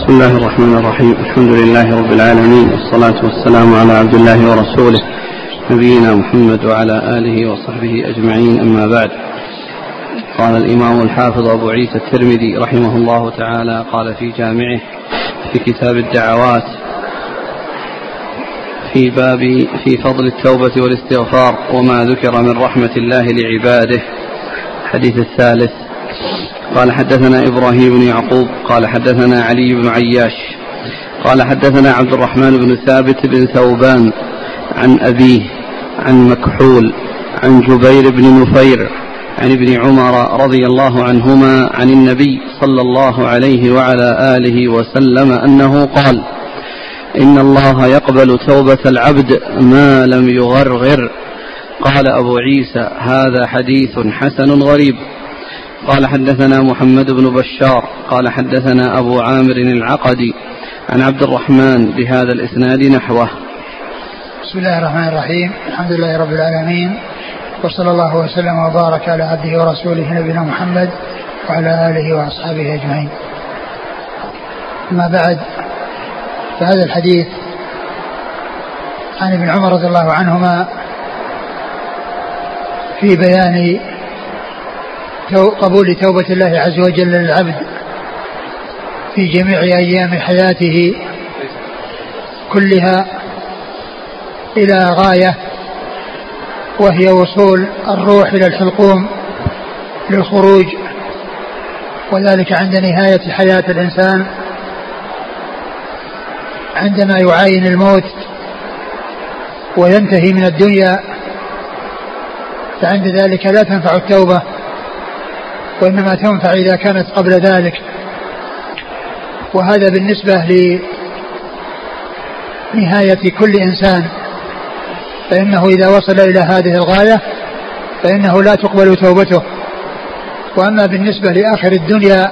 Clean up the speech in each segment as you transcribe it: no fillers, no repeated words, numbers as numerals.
بسم الله الرحمن الرحيم. الحمد لله رب العالمين، والصلاة والسلام على عبد الله ورسوله نبينا محمد وعلى آله وصحبه أجمعين، أما بعد. قال الإمام الحافظ أبو عيسى الترمذي رحمه الله تعالى قال في جامعه في كتاب الدعوات في باب في فضل التوبة والاستغفار وما ذكر من رحمة الله لعباده. الحديث الثالث. قال حدثنا إبراهيم بن يعقوب قال حدثنا علي بن عياش قال حدثنا عبد الرحمن بن ثابت بن ثوبان عن أبيه عن مكحول عن جبير بن نفير عن ابن عمر رضي الله عنهما عن النبي صلى الله عليه وعلى آله وسلم أنه قال: إن الله يقبل توبة العبد ما لم يغرغر. قال أبو عيسى: هذا حديث حسن غريب. قال حدثنا محمد بن بشار قال حدثنا أبو عامر العقدي عن عبد الرحمن بهذا الإسناد نحوه. بسم الله الرحمن الرحيم. الحمد لله رب العالمين، وصلى الله وسلم وبارك على عبده ورسوله نبينا محمد وعلى آله وأصحابه أجمعين. أما بعد، فهذا الحديث عن ابن عمر رضي الله عنهما في بيان قبول توبة الله عز وجل للعبد في جميع أيام حياته كلها إلى غاية، وهي وصول الروح إلى الحلقوم للخروج، وذلك عند نهاية حياة الإنسان عندما يعاين الموت وينتهي من الدنيا، فعند ذلك لا تنفع التوبة، وإنما تنفع إذا كانت قبل ذلك. وهذا بالنسبة لنهاية كل إنسان، فإنه إذا وصل إلى هذه الغاية فإنه لا تقبل توبته. وأما بالنسبة لآخر الدنيا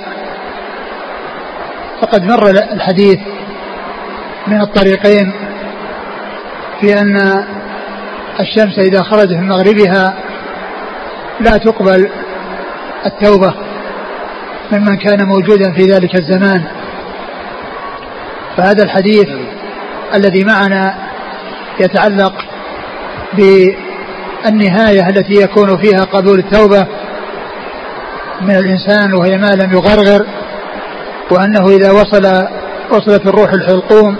فقد مر الحديث من الطريقين في أن الشمس إذا خرجت من مغربها لا تقبل التوبة ممن كان موجودا في ذلك الزمان. فهذا الحديث الذي معنا يتعلق بالنهاية التي يكون فيها قبول التوبة من الإنسان، وهي ما لم يغرغر، وأنه إذا وصلت الروح الحلقوم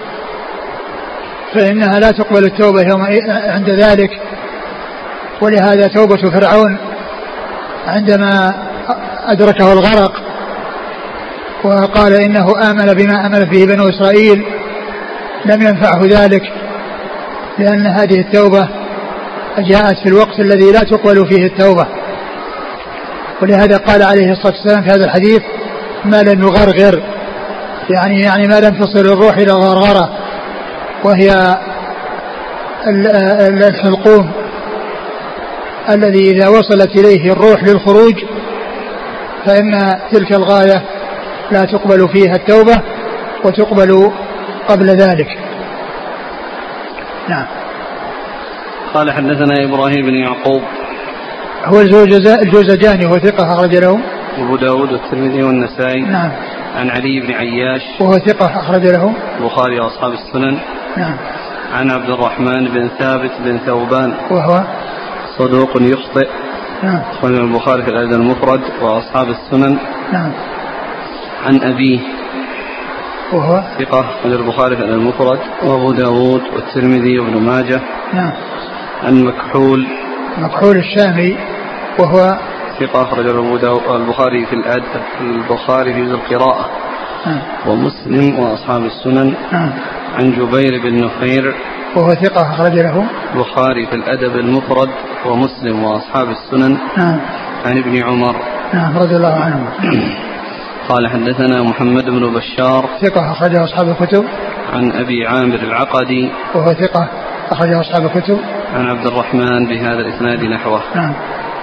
فإنها لا تقبل التوبة يوم عند ذلك. ولهذا توبة فرعون عندما أدركه الغرق وقال إنه آمن بما آمن به بنو إسرائيل لم ينفعه ذلك، لأن هذه التوبة جاءت في الوقت الذي لا تقبل فيه التوبة. ولهذا قال عليه الصلاة والسلام في هذا الحديث: ما لم يغرغر، يعني ما لم تصل الروح إلى الغرغرة، وهي الحلقوم الذي إذا وصلت إليه الروح للخروج فإن تلك الغاية لا تقبل فيها التوبة، وتقبل قبل ذلك. نعم. قال حدثنا إبراهيم بن يعقوب هو الجوزجاني، وهو ثقة أخرج له أبو داود والترمذي والنسائي. نعم. عن علي بن عياش وهو ثقة أخرج له البخاري وأصحاب السنن. نعم. عن عبد الرحمن بن ثابت بن ثوبان وهو صدوق يخطئ. نعم. أخرج البخاري في الأدب المفرد وأصحاب السنن. نعم. عن أبيه وهو ثقة أخرج البخاري في الأدب المفرد وأبو داود والترمذي وابن ماجه. نعم. عن مكحول الشامي وهو ثقة أخرج البخاري في الأدب، البخاري في القراءة. نعم. ومسلم وأصحاب السنن. نعم. عن جبير بن نفير وهو ثقة أخرج له البخاري في الأدب المفرد ومسلم وأصحاب السنن. نعم. عن ابن عمر. نعم رضي الله عنه. قال حدثنا محمد بن بشار ثقة أخرجه أصحاب الكتب. عن أبي عامر العقدي وهو ثقة أخرجه أصحاب الكتب. عن عبد الرحمن بهذا الإسناد نحوه. نعم.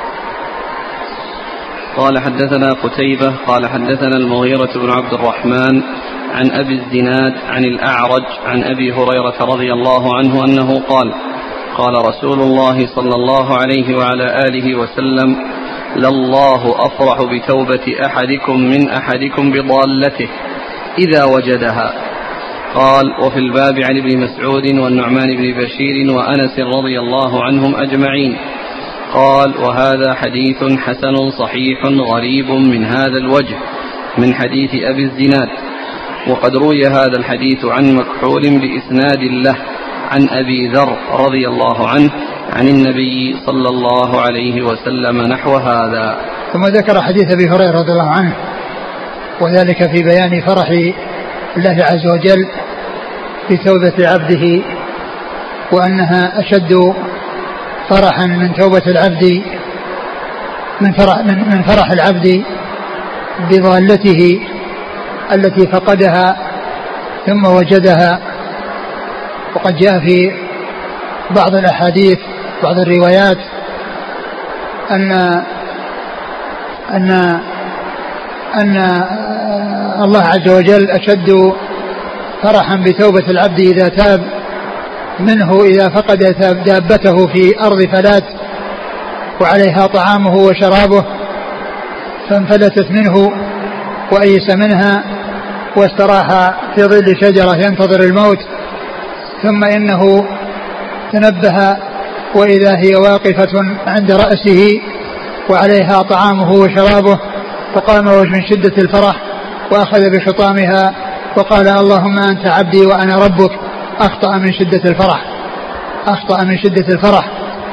قال حدثنا قتيبة قال حدثنا المغيرة بن عبد الرحمن عن أبي الزناد عن الأعرج عن أبي هريرة رضي الله عنه أنه قال: قال رسول الله صلى الله عليه وعلى آله وسلم: لله أفرح بتوبة أحدكم من أحدكم بضالته إذا وجدها. قال: وفي الباب عن ابن مسعود والنعمان بن بشير وأنس رضي الله عنهم أجمعين. قال: وهذا حديث حسن صحيح غريب من هذا الوجه من حديث أبي الزناد. وقد روي هذا الحديث عن مكحول بإسناد له عن أبي ذر رضي الله عنه عن النبي صلى الله عليه وسلم نحو هذا. ثم ذكر حديث أبي هريرة رضي الله عنه، وذلك في بيان فرح الله عز وجل بتوبة عبده، وأنها أشد فرحا من توبة العبد من فرح العبد بضالته التي فقدها ثم وجدها. وقد جاء في بعض الأحاديث بعض الروايات أن الله عز وجل أشد فرحا بتوبة العبد إذا تاب منه إذا فقد دابته في أرض فلات وعليها طعامه وشرابه فانفلتت منه وأيس منها واستراح في ظل شجرة ينتظر الموت، ثم إنه تنبه وإذا هي واقفة عند رأسه وعليها طعامه وشرابه، فقام من شدة الفرح وأخذ بخطامها وقال: اللهم أنت عبدي وأنا ربك. أخطأ من شدة الفرح.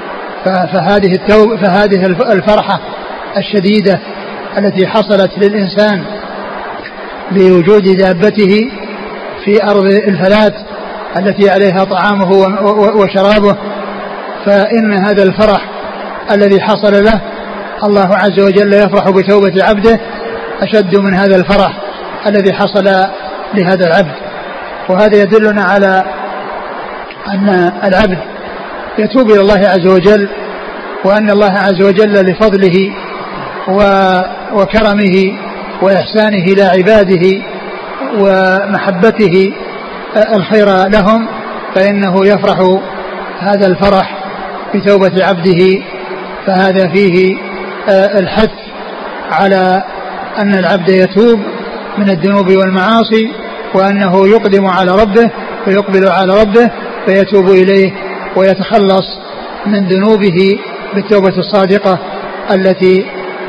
فهذه الفرحة الشديدة التي حصلت للإنسان بوجود دابته في أرض الفلات التي عليها طعامه وشرابه، فإن هذا الفرح الذي حصل له الله عز وجل يفرح بتوبة عبده أشد من هذا الفرح الذي حصل لهذا العبد. وهذا يدلنا على أن العبد يتوب إلى الله عز وجل، وأن الله عز وجل لفضله وكرمه وإحسانه إلى عباده ومحبته الخير لهم، فإنه يفرح هذا الفرح بتوبة عبده. فهذا فيه الحث على أن العبد يتوب من الذنوب والمعاصي، وأنه يقدم على ربه ويقبل على ربه فيتوب إليه ويتخلص من ذنوبه بالتوبة الصادقة التي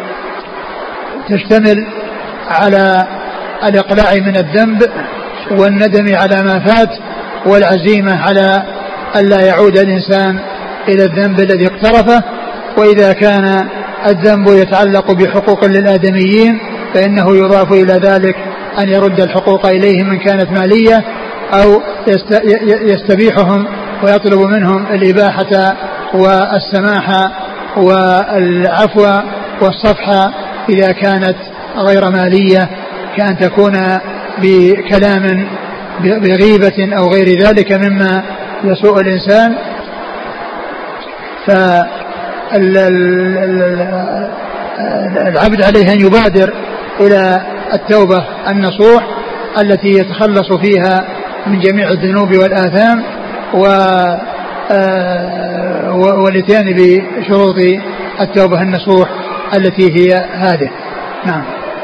تشتمل على الإقلاع من الذنب والندم على ما فات والعزيمة على ألا يعود الإنسان إلى الذنب الذي اقترفه. وإذا كان الذنب يتعلق بحقوق للآدميين فإنه يضاف إلى ذلك أن يرد الحقوق إليهم من كانت مالية أو يستبيحهم ويطلب منهم الإباحة والسماحة والعفو والصفح إذا كانت غير مالية، كأن تكون بكلام بغيبة أو غير ذلك مما يسوء الإنسان. فالعبد عليه أن يبادر إلى التوبة النصوح التي يتخلص فيها من جميع الذنوب والآثام والاتيان بشروط التوبة النصوح التي هي هذه. نعم.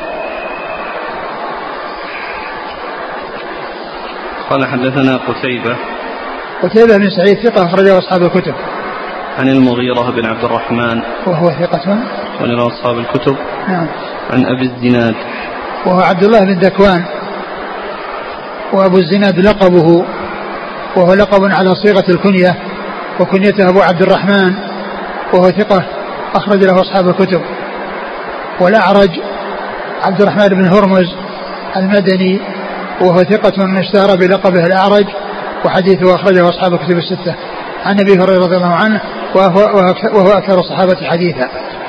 قال: حدثنا قتيبة بن سعيد ثقة أخرجه أصحاب الكتب. عن المغيرة بن عبد الرحمن وهو ثقة وله أصحاب الكتب. نعم. عن أبي الزناد وهو عبد الله بن ذكوان، وأبو الزناد لقبه وهو لقب على صيغة الكنية، وكنيته أبو عبد الرحمن، وهو ثقة أخرج له أصحاب الكتب. والأعرج عبد الرحمن بن هرمز المدني، وهو ثقة اشتهر بلقبه الأعرج، وحديثه أخرجه أصحاب الكتب الستة. عن أبي هريرة رضي الله عنه وهو أكثر الصحابة حديثا.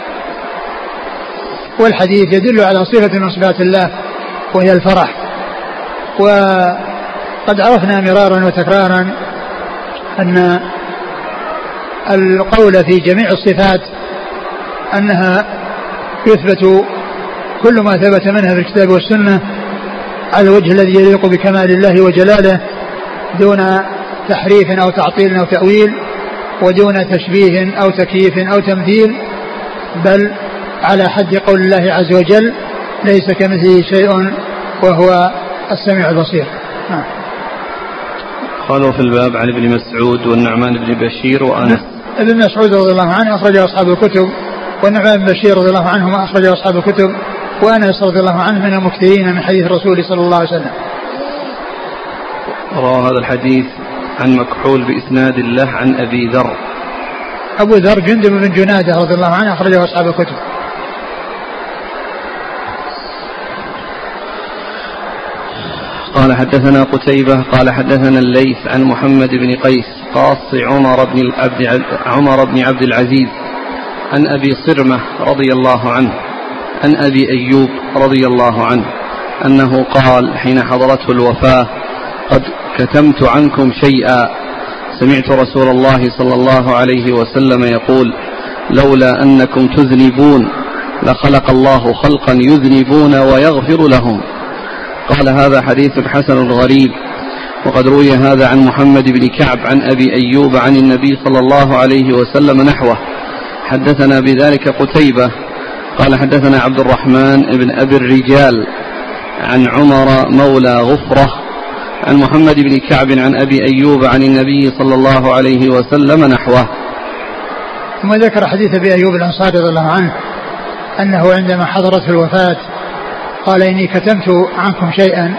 والحديث يدل على صفة من صفات الله وهي الفرح. وقد عرفنا مرارا وتكرارا أن القول في جميع الصفات أنها يثبت كل ما ثبت منها في الكتاب والسنة على الوجه الذي يليق بكمال الله وجلاله، دون تحريف أو تعطيل أو تأويل، ودون تشبيه أو تكييف أو تمثيل، بل على حد قول الله عز وجل: ليس كمثله شيء وهو السميع البصير. قالوا في الباب عن ابن مسعود والنعمان بن بشير وأنس. ابن مسعود رضي الله عنه أخرجه أصحاب الكتب، والنعمان بن بشير رضي الله عنهما أخرجه أصحاب الكتب، وأنس رضي الله عنه من المكثرين من حديث الرسول صلى الله عليه وسلم. روى هذا الحديث عن مكحول بإسناد الله عن أبي ذر. أبو ذر جندب بن جنادة رضي الله عنه أخرجه أصحاب الكتب. قال حدثنا قتيبة قال حدثنا الليث عن محمد بن قيس قاص عمر بن عبد العزيز عن أبي صرمة رضي الله عنه عن أبي أيوب رضي الله عنه أنه قال حين حضرته الوفاة: قد كتمت عنكم شيئا، سمعت رسول الله صلى الله عليه وسلم يقول: لولا أنكم تذنبون لخلق الله خلقا يذنبون ويغفر لهم. قال: هذا حديث حسن غريب، وقد روي هذا عن محمد بن كعب عن أبي أيوب عن النبي صلى الله عليه وسلم نحوه. حدثنا بذلك قتيبة قال حدثنا عبد الرحمن بن أبي الرجال عن عمر مولى غفرة عن محمد بن كعب عن أبي أيوب عن النبي صلى الله عليه وسلم نحوه. ثم ذكر حديث أبي أيوب الأنصاري رضي الله عنه أنه عندما حضرته الوفاة قال: إني كتمت عنكم شيئا،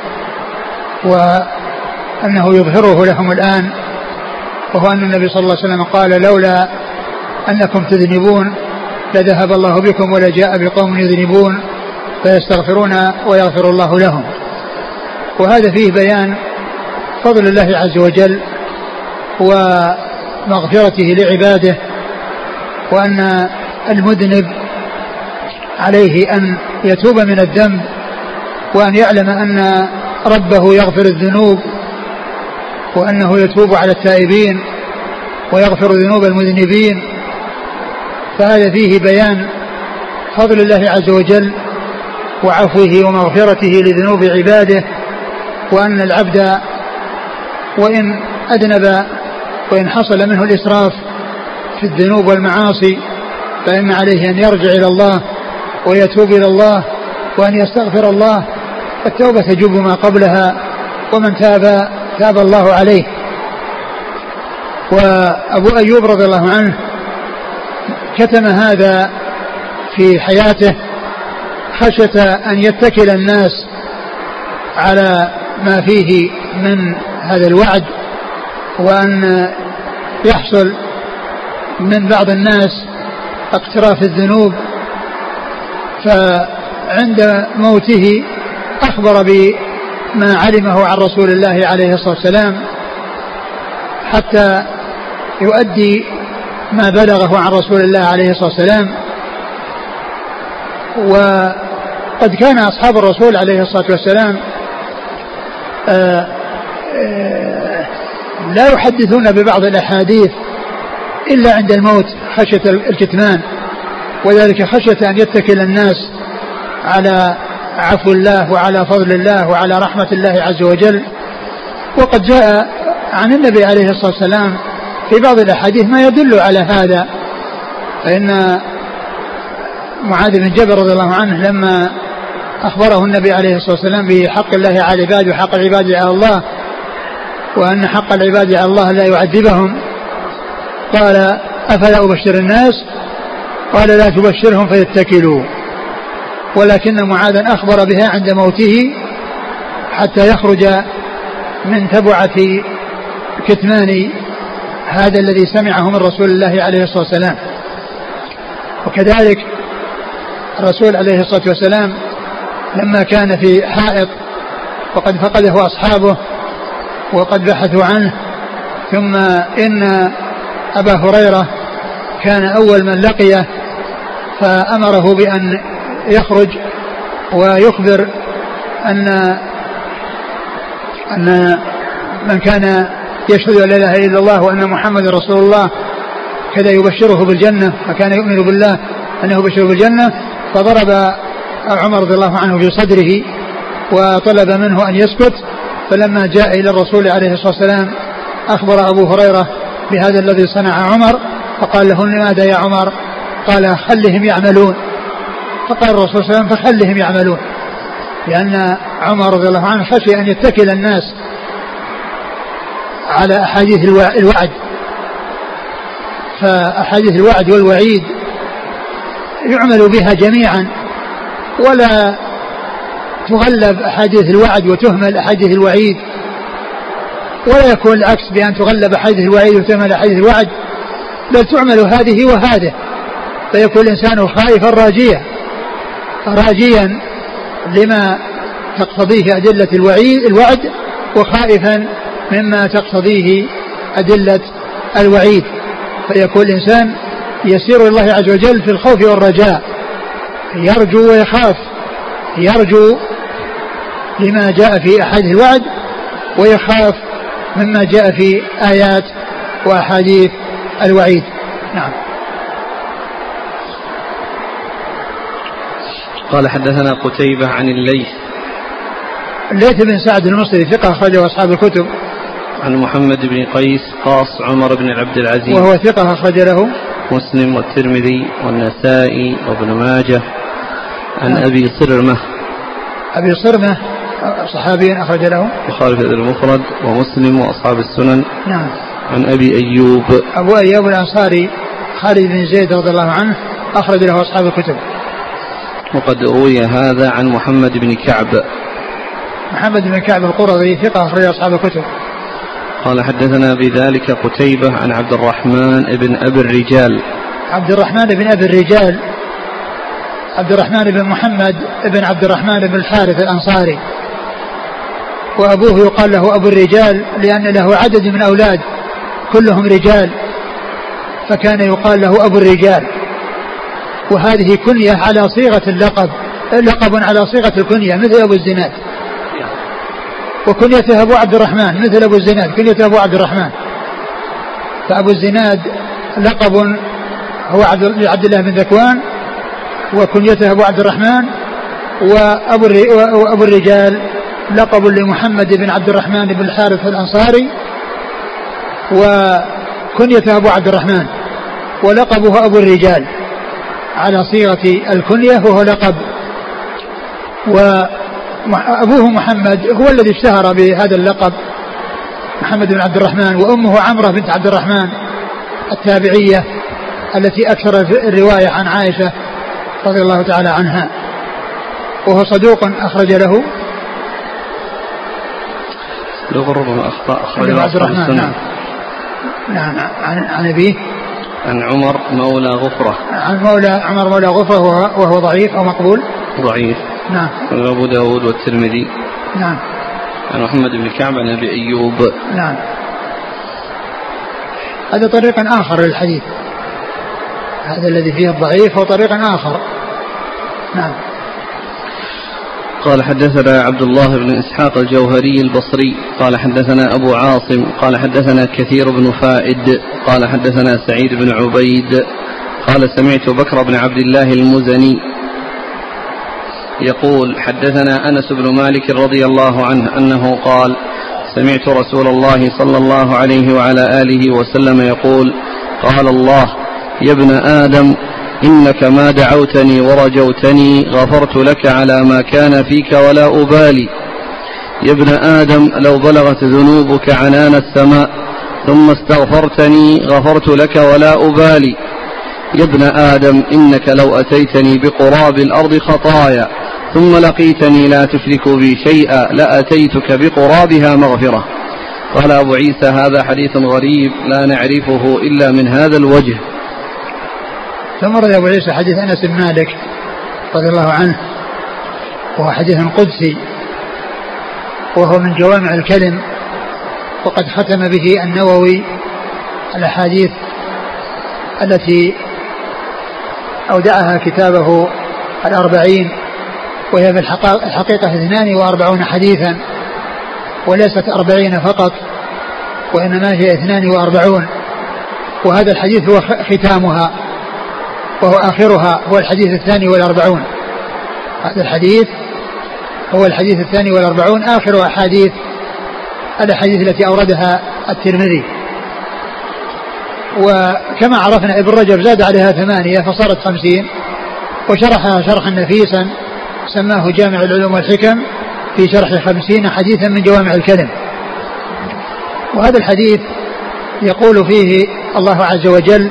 وأنه يظهره لهم الآن، وهو أن النبي صلى الله عليه وسلم قال: لولا أنكم تذنبون لذهب الله بكم ولجاء بقوم يذنبون فيستغفرون ويغفر الله لهم. وهذا فيه بيان فضل الله عز وجل ومغفرته لعباده، وأن المذنب عليه أن يتوب من الذنب، وأن يعلم أن ربه يغفر الذنوب، وأنه يتوب على التائبين ويغفر ذنوب المذنبين. فهذا فيه بيان فضل الله عز وجل وعفوه ومغفرته لذنوب عباده، وأن العبد وإن أذنب وإن حصل منه الإسراف في الذنوب والمعاصي فإن عليه أن يرجع إلى الله ويتوب إلى الله وأن يستغفر الله، التوبة تجب ما قبلها، ومن تاب تاب الله عليه. وأبو أيوب رضي الله عنه كتم هذا في حياته خشية أن يتكل الناس على ما فيه من هذا الوعد، وأن يحصل من بعض الناس اقتراف الذنوب. فعند موته أخبر بما علمه عن رسول الله عليه الصلاة والسلام حتى يؤدي ما بلغه عن رسول الله عليه الصلاة والسلام. وقد كان أصحاب الرسول عليه الصلاة والسلام لا يحدثون ببعض الأحاديث إلا عند الموت خشية الكتمان، وذلك خشية أن يتكل الناس على عفو الله وعلى فضل الله وعلى رحمة الله عز وجل. وقد جاء عن النبي عليه الصلاة والسلام في بعض الأحاديث ما يدل على هذا، فإن معاذ بن جبل رضي الله عنه لما أخبره النبي عليه الصلاة والسلام بحق الله على العباد وحق العباد على الله، وأن حق العباد على الله لا يعذبهم، قال: أفلا أبشر الناس؟ قال: لا تبشرهم فيتكلوا. ولكن معاذا أخبر بها عند موته حتى يخرج من تبعة كتمان هذا الذي سمعه من رسول الله عليه الصلاة والسلام. وكذلك الرسول عليه الصلاة والسلام لما كان في حائط وقد فقده أصحابه وقد بحثوا عنه، ثم إن أبا هريرة كان أول من لقيه فأمره بأن يخرج ويخبر أن من كان يشهد أن لا إله إلا الله وأن محمد رسول الله كذا يبشره بالجنة، فكان يؤمن بالله أنه يبشره بالجنة. فضرب عمر رضي الله عنه في صدره وطلب منه أن يسكت. فلما جاء إلى الرسول عليه الصلاة والسلام أخبر أبو هريرة بهذا الذي صنع عمر، فقال له: لماذا يا عمر؟ قال: خلهم يعملون. فقال الرسول صلى الله عليه وسلم: فخلهم يعملون، لأن عمر رضي الله عنه خشي أن يتكل الناس على أحاديث الوعد، فأحاديث الوعد والوعيد يعمل بها جميعا، ولا تغلب أحاديث الوعد وتهمل أحاديث الوعيد، ولا يكون العكس بأن تغلب أحاديث الوعيد وتهمل أحاديث الوعد، بل تعمل هذه وهذه، فيكون الإنسان خائفا راجيا لما تقتضيه أدلة الوعد، وخائفا مما تقتضيه أدلة الوعيد، فيكون الإنسان يسير إلى الله عز وجل في الخوف والرجاء، يرجو ويخاف، يرجو لما جاء في أحاديث الوعد، ويخاف مما جاء في آيات وأحاديث الوعيد. نعم. قال حدثنا قتيبة عن الليث بن سعد المصري ثقة أخرجه أصحاب الكتب. عن محمد بن قيس قاص عمر بن عبد العزيز وهو ثقة أخرج له مسلم والترمذي والنسائي وابن ماجه. عن أبي صرمة صحابي أخرج له البخاري في المفرد ومسلم وأصحاب السنن. نعم. عن أبي أيوب الأنصاري خالد بن زيد رضي الله عنه أخرج له أصحاب الكتب. وقد روي هذا عن محمد بن كعب القرظي ثقة أخرج أصحاب الكتب. قال حدثنا بذلك قتيبة عن عبد الرحمن بن أبي الرجال عبد الرحمن بن محمد بن عبد الرحمن بن الحارث الأنصاري، وأبوه يقال له أبو الرجال لأن له عدد من أولاد كلهم رجال، فكان يقال له أبو الرجال، وهذه كنية على صيغة اللقب على صيغة الكنية مثل أبو الزناد، وكنيته أبو عبد الرحمن مثل أبو الزناد كنيته أبو عبد الرحمن. فأبو الزناد لقب هو عبد الله بن ذكوان، وكنيته أبو عبد الرحمن، وأبو الرجال لقب لمحمد بن عبد الرحمن بن الحارث الأنصاري، وكنيته أبو عبد الرحمن، ولقبه أبو الرجال على صيغة الكنية وهو لقب. وأبوه محمد هو الذي اشتهر بهذا اللقب محمد بن عبد الرحمن، وأمه عمرة بنت عبد الرحمن التابعية التي أكثر الرواية عن عائشة رضي الله تعالى عنها، وهو صدوق أخرج له ربما أخرج عبد الرحمن. نعم. عن أبيه عن عمر مولى غفرة عمر مولى غفرة وهو ضعيف أو مقبول ضعيف. نعم. أبو داود والترمذي. نعم. عن محمد بن كعب عن أبي أيوب. نعم. هذا طريق آخر للحديث، هذا الذي فيه الضعيف هو طريق آخر. نعم. قال حدثنا عبد الله بن إسحاق الجوهري البصري قال حدثنا أبو عاصم قال حدثنا كثير بن فائد قال حدثنا سعيد بن عبيد قال سمعت بكر بن عبد الله المزني يقول حدثنا أنس بن مالك رضي الله عنه أنه قال سمعت رسول الله صلى الله عليه وعلى آله وسلم يقول قال الله يا ابن آدم إنك ما دعوتني ورجوتني غفرت لك على ما كان فيك ولا أبالي. يا ابن آدم لو بلغت ذنوبك عنان السماء ثم استغفرتني غفرت لك ولا أبالي. يا ابن آدم إنك لو أتيتني بقراب الأرض خطايا ثم لقيتني لا تشرك بي شيئا لأتيتك بقرابها مغفرة. قال أبو عيسى هذا حديث غريب لا نعرفه إلا من هذا الوجه. ثم روى أبو عيسى حديث أنس بن مالك رضي الله عنه، وهو حديث قدسي وهو من جوامع الكلم، وقد ختم به النووي الأحاديث التي أودعها كتابه 40، وهي في الحقيقة 42 حديثا وليست 40 فقط، وإنما هي 42، وهذا الحديث هو ختامها وهو آخرها، هو الحديث 42. هذا الحديث هو الحديث 42 آخر الأحاديث التي أوردها الترمذي. وكما عرفنا ابن رجب زاد عليها 8 فصارت 50، وشرحها شرحا نفيسا سماه جامع العلوم والحكم، في شرح 50 حديثا من جوامع الكلم. وهذا الحديث يقول فيه الله عز وجل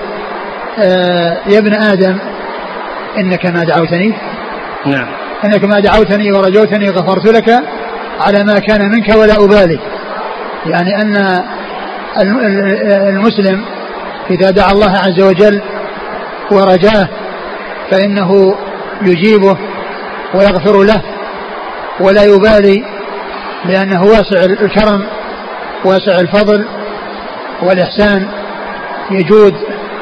يا ابن آدم إنك ما دعوتني، نعم، إنك ما دعوتني ورجوتني غفرت لك على ما كان منك ولا أبالي. يعني أن المسلم إذا دعا الله عز وجل ورجاه فإنه يجيبه ويغفر له ولا يبالي، لأنه واسع الكرم واسع الفضل والإحسان، يجود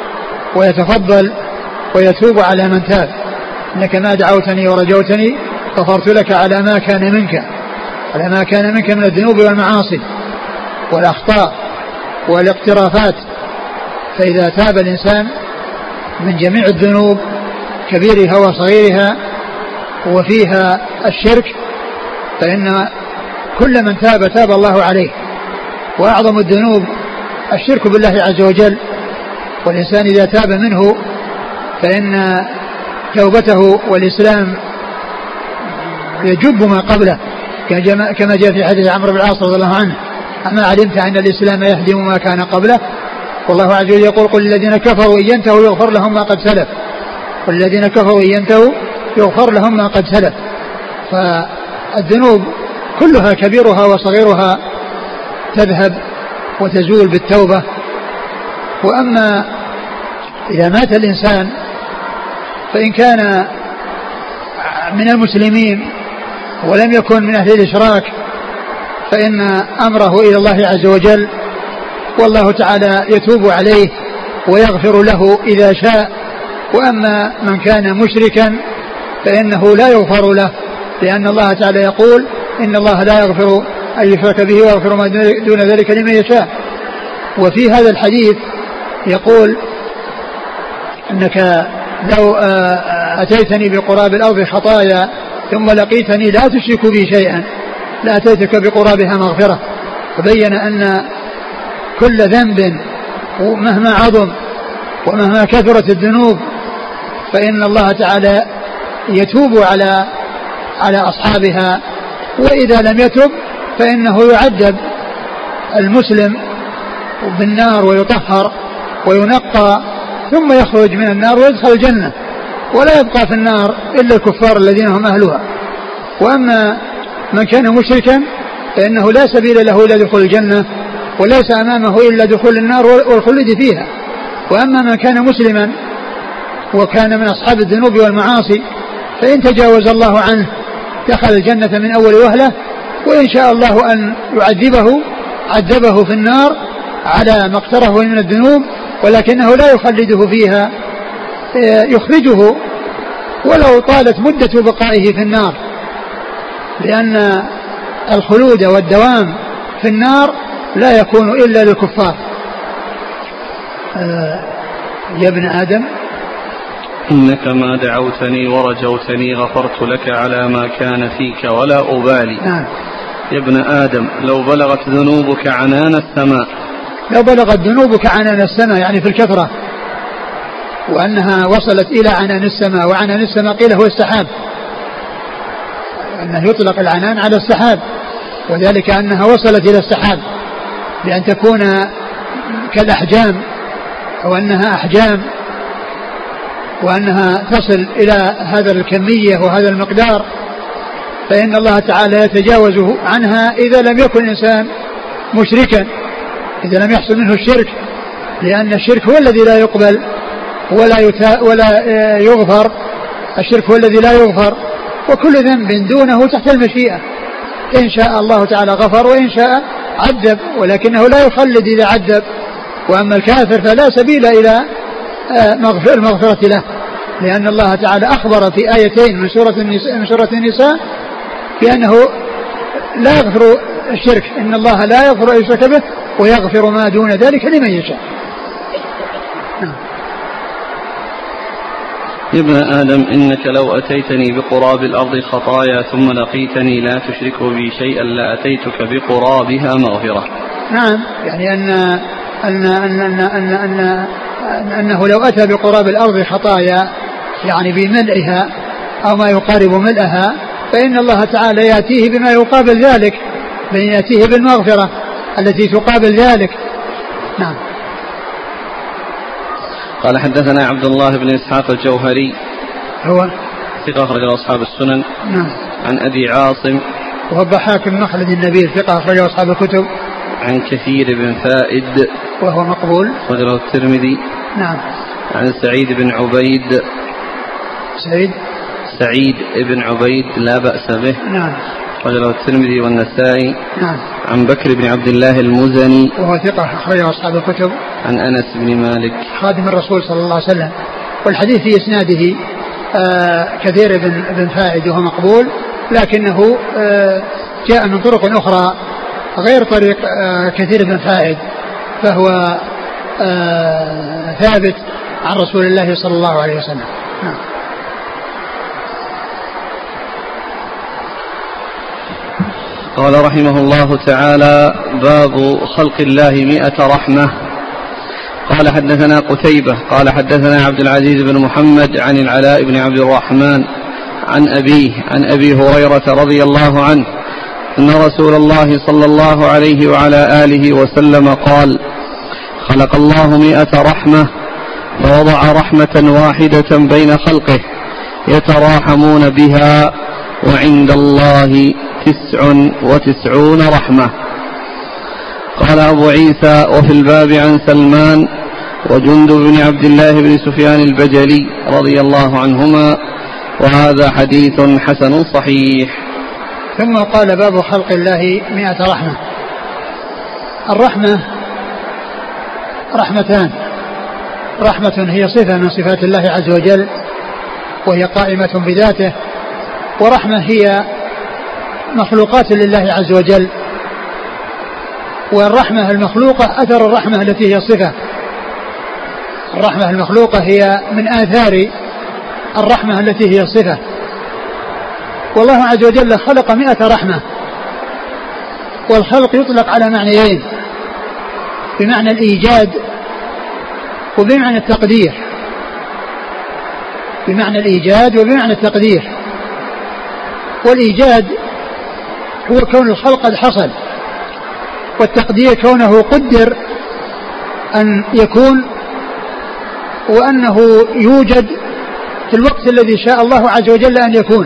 ويتفضل ويتوب على من تاب. إنك ما دعوتني ورجوتني غفرت لك على ما كان منك، على ما كان منك من الذنوب والمعاصي والأخطاء والاقترافات. فإذا تاب الإنسان من جميع الذنوب كبيرها وصغيرها وفيها الشرك فإن كل من تاب الله عليه. وأعظم الذنوب الشرك بالله عز وجل، والإنسان إذا تاب منه فإن توبته والإسلام يجب ما قبله، كما جاء في حديث عمرو بن العاص رضي الله عنه أما علمت أن الإسلام يهدم ما كان قبله. والله عز وجل يقول قل الذين كفروا إن ينتهوا يغفر لهم ما قد سلف، قل الذين كفروا إن ينتهوا يغفر لهم ما قد سلف. فالذنوب كلها كبيرها وصغيرها تذهب وتزول بالتوبة. وأما إذا مات الإنسان فإن كان من المسلمين ولم يكن من أهل الإشراك فإن أمره إلى الله عز وجل، والله تعالى يتوب عليه ويغفر له إذا شاء. وأما من كان مشركا فإنه لا يغفر له، لأن الله تعالى يقول إن الله لا يغفر أن يشرك به ويغفر ما دون ذلك لمن يشاء. وفي هذا الحديث يقول أنك لو أتيتني بقراب الأرض خطايا ثم لقيتني لا تشرك بي شيئا لأتيتك بقرابها مغفرة. فبين أن كل ذنب مهما عظم ومهما كثرت الذنوب فإن الله تعالى يتوب على أصحابها، وإذا لم يتب فإنه يعذب المسلم بالنار ويطهر وينقى ثم يخرج من النار ويدخل الجنة، ولا يبقى في النار إلا الكفار الذين هم أهلها. وأما من كان مشركا فإنه لا سبيل له إلا دخول الجنة، وليس أمامه إلا دخول النار والخلود فيها. وأما من كان مسلما وكان من أصحاب الذنوب والمعاصي فإن تجاوز الله عنه دخل الجنة من أول وهلة، وإن شاء الله أن يعذبه عذبه في النار على ما اقترفه من الذنوب، ولكنه لا يخلده فيها، يخرجه ولو طالت مدة بقائه في النار، لأن الخلود والدوام في النار لا يكون إلا للكفار. يا ابن آدم إنك ما دعوتني ورجوتني غفرت لك على ما كان فيك ولا أبالي. نعم. يا ابن آدم لو بلغت ذنوبك عنان السماء، لو بلغت ذنوبك عنان السماء يعني في الكثرة، وأنها وصلت إلى عنان السماء. وعنان السماء قيل هو السحاب، أنه يطلق العنان على السحاب، وذلك أنها وصلت إلى السحاب بأن تكون كالأحجام أو أنها أحجام، وأنها تصل إلى هذا الكمية وهذا المقدار، فإن الله تعالى يتجاوز عنها إذا لم يكن إنسان مشركا، إذا لم يحصل منه الشرك، لأن الشرك هو الذي لا يقبل ولا يغفر. الشرك هو الذي لا يغفر، وكل ذنب دونه تحت المشيئة، إن شاء الله تعالى غفر وإن شاء عذب، ولكنه لا يخلد إذا عذب. وأما الكافر فلا سبيل إلى المغفرة له، لأن الله تعالى أخبر في آيتين من سورة النساء بأنه لا يغفر الشرك، إن الله لا يغفر أن يشرك به ويغفر ما دون ذلك لمن يشاء. يا ابن آدم إنك لو أتيتني بقراب الأرض خطايا ثم لقيتني لا تشرك بي شيئا لأتيتك بقرابها مغفرة. نعم، يعني أنه لو أتى بقراب الأرض خطايا يعني بملئها أو ما يقارب ملئها فإن الله تعالى يأتيه بما يقابل ذلك، بل يأتيه بالمغفرة التي تقابل ذلك. نعم. قال حدثنا عبد الله بن إسحاق الجوهري هو ثقة أخرجه أصحاب السنن. نعم. عن أبي عاصم وهو الضحاك بن مخلد النبيل ثقة أخرجه أصحاب الكتب. عن كثير بن فائد وهو مقبول أخرجه الترمذي. نعم. عن سعيد بن عبيد سعيد بن عبيد لا بأس به. نعم. أخرجه الترمذي والنسائي. نعم. عن بكر بن عبد الله المزني وهو ثقة أخرجه أصحاب الكتب. عن أنس بن مالك خادم الرسول صلى الله عليه وسلم. والحديث في إسناده كثير بن فائد وهو مقبول، لكنه جاء من طرق أخرى غير طريق كثير بن فائد، فهو ثابت عن رسول الله صلى الله عليه وسلم. نعم. قال رحمه الله تعالى: باب خلق الله 100 رحمة. قال حدثنا قتيبة قال حدثنا عبد العزيز بن محمد عن العلاء بن عبد الرحمن عن أبيه عن أبي هريرة رضي الله عنه أن رسول الله صلى الله عليه وعلى آله وسلم قال: خلق الله 100 رحمة فوضع رحمة واحدة بين خلقه يتراحمون بها وعند الله 99 رحمة. قال أبو عيسى: وفي الباب عن سلمان وجندب بن عبد الله بن سفيان البجلي رضي الله عنهما، وهذا حديث حسن صحيح. ثم قال: باب خلق الله 100 رحمة. الرحمة رحمتان: رحمة هي صفة من صفات الله عز وجل وهي قائمة بذاته، ورحمة هي مخلوقات لله عز وجل. والرحمة المخلوقة أثر الرحمة التي هي صفة. الرحمة المخلوقة هي من آثار الرحمة التي هي صفة. والله عز وجل خلق 100 رحمة. والخلق يطلق على معنيين: بمعنى الإيجاد وبمعنى التقدير. بمعنى الإيجاد وبمعنى التقدير. والإيجاد هو كون الخلق قد حصل، والتقدير كونه قدر أن يكون وأنه يوجد في الوقت الذي شاء الله عز وجل أن يكون.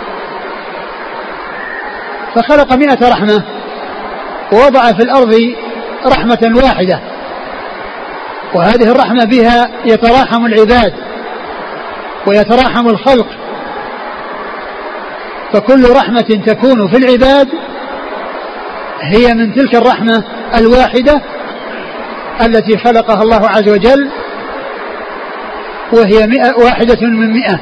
فخلق 100 رحمة ووضع في الأرض رحمة واحدة، وهذه الرحمة بها يتراحم العباد ويتراحم الخلق. فكل رحمة تكون في العباد هي من تلك الرحمة الواحدة التي خلقها الله عز وجل، وهي 100 من 100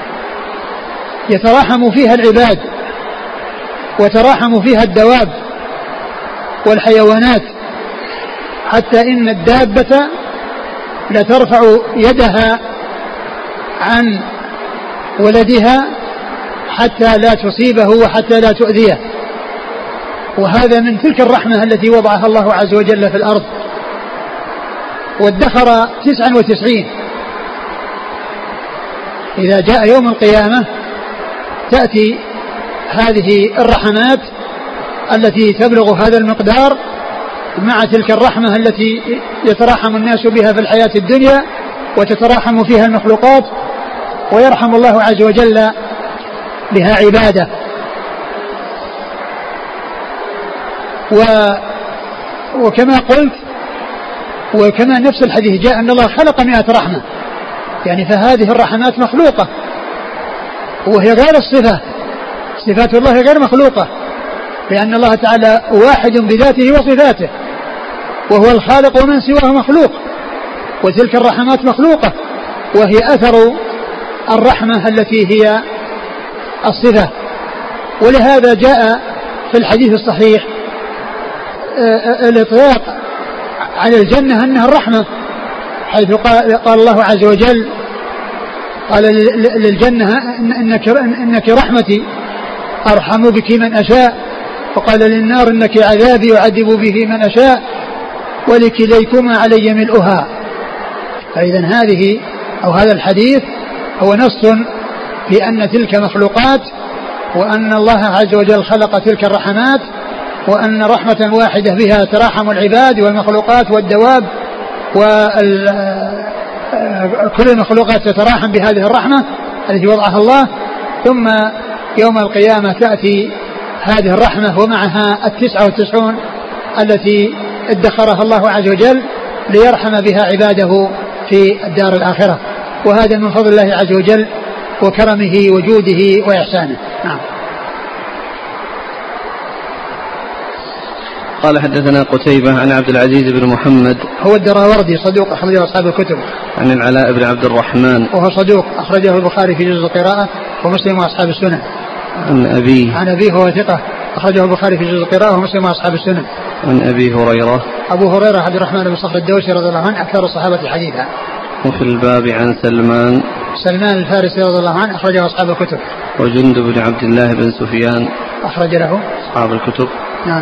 يتراحم فيها العباد وتراحم فيها الدواب والحيوانات، حتى إن الدابة لترفع يدها عن ولدها حتى لا تصيبه وحتى لا تؤذيه. وهذا من تلك الرحمة التي وضعها الله عز وجل في الأرض. وادخر 99. إذا جاء يوم القيامة تأتي هذه الرحمات التي تبلغ هذا المقدار مع تلك الرحمة التي يتراحم الناس بها في الحياة الدنيا وتتراحم فيها المخلوقات، ويرحم الله عز وجل بها عباده. وكما قلت وكما نفس الحديث جاء أن الله خلق 100 رحمة، يعني فهذه الرحمات مخلوقة وهي غير الصفة. صفات الله غير مخلوقة، لأن الله تعالى واحد بذاته وصفاته، وهو الخالق ومن سواه مخلوق. وتلك الرحمات مخلوقة وهي أثر الرحمة التي هي الصفة. ولهذا جاء في الحديث الصحيح الإطلاق على الجنة أنها الرحمة، حيث قال الله عز وجل: قال للجنة إنك رحمتي أرحم بك من أشاء، وقال للنار إنك عذابي أعذب به من أشاء ولكليكما علي ملؤها. فإذا هذا الحديث هو نص في أن تلك مخلوقات وأن الله عز وجل خلق تلك الرحمات، وأن رحمة واحدة بها تراحم العباد والمخلوقات والدواب، وكل المخلوقات تتراحم بهذه الرحمة التي وضعها الله. ثم يوم القيامة تأتي هذه الرحمة ومعها 99 التي ادخرها الله عز وجل ليرحم بها عباده في الدار الآخرة. وهذا من فضل الله عز وجل وكرمه وجوده وإحسانه. نعم. قال حدثنا قتيبة عن عبد العزيز بن محمد هو الدراوردي صدوق أخرجه أصحاب الكتب. عن العلاء بن عبد الرحمن وهو صدوق أخرجه البخاري في جزء القراءة ومسلم وأصحاب السنن. عن أبيه هو ثقة أخرجه البخاري في جزء القراءة ومسلم وأصحاب السنن. عن أبي هريرة. أبو هريرة عبد الرحمن بن صخر الدوسي رضي الله عنه أكثر الصحابة حديثا. وفي الباب عن سلمان الفارسي رضي الله عنه أخرجه أصحاب الكتب. وجندب بن عبد الله بن سفيان أخرج له أصحاب الكتب. نعم.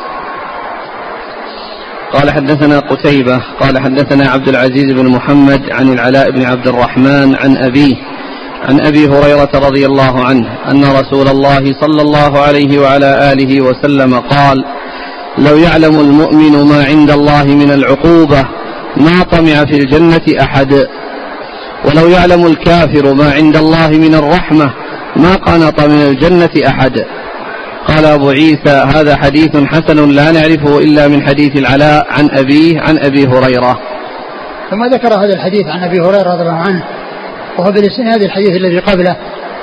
قال حدثنا قتيبة قال حدثنا عبد العزيز بن محمد عن العلاء بن عبد الرحمن عن أبيه عن أبي هريرة رضي الله عنه أن رسول الله صلى الله عليه وعلى آله وسلم قال: لو يعلم المؤمن ما عند الله من العقوبة ما طمع في الجنة أحد، ولو يعلم الكافر ما عند الله من الرحمة ما قنط من الجنة أحد. قال أبو عيسى: هذا حديث حسن لا نعرفه إلا من حديث العلاء عن أبيه عن أبي هريرة. ثم ذكر هذا الحديث عن أبي هريرة رضي الله عنه وهو بالإسناد الحديث الذي قبله،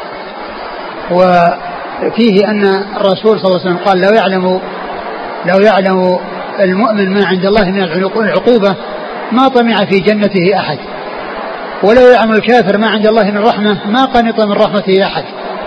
وفيه أن الرسول صلى الله عليه وسلم قال: لو يعلم المؤمن ما عند الله من العقوبة ما طمع في جنته أحد، ولو يعلم الكافر ما عند الله من الرحمة ما قنط من رحمته أحد.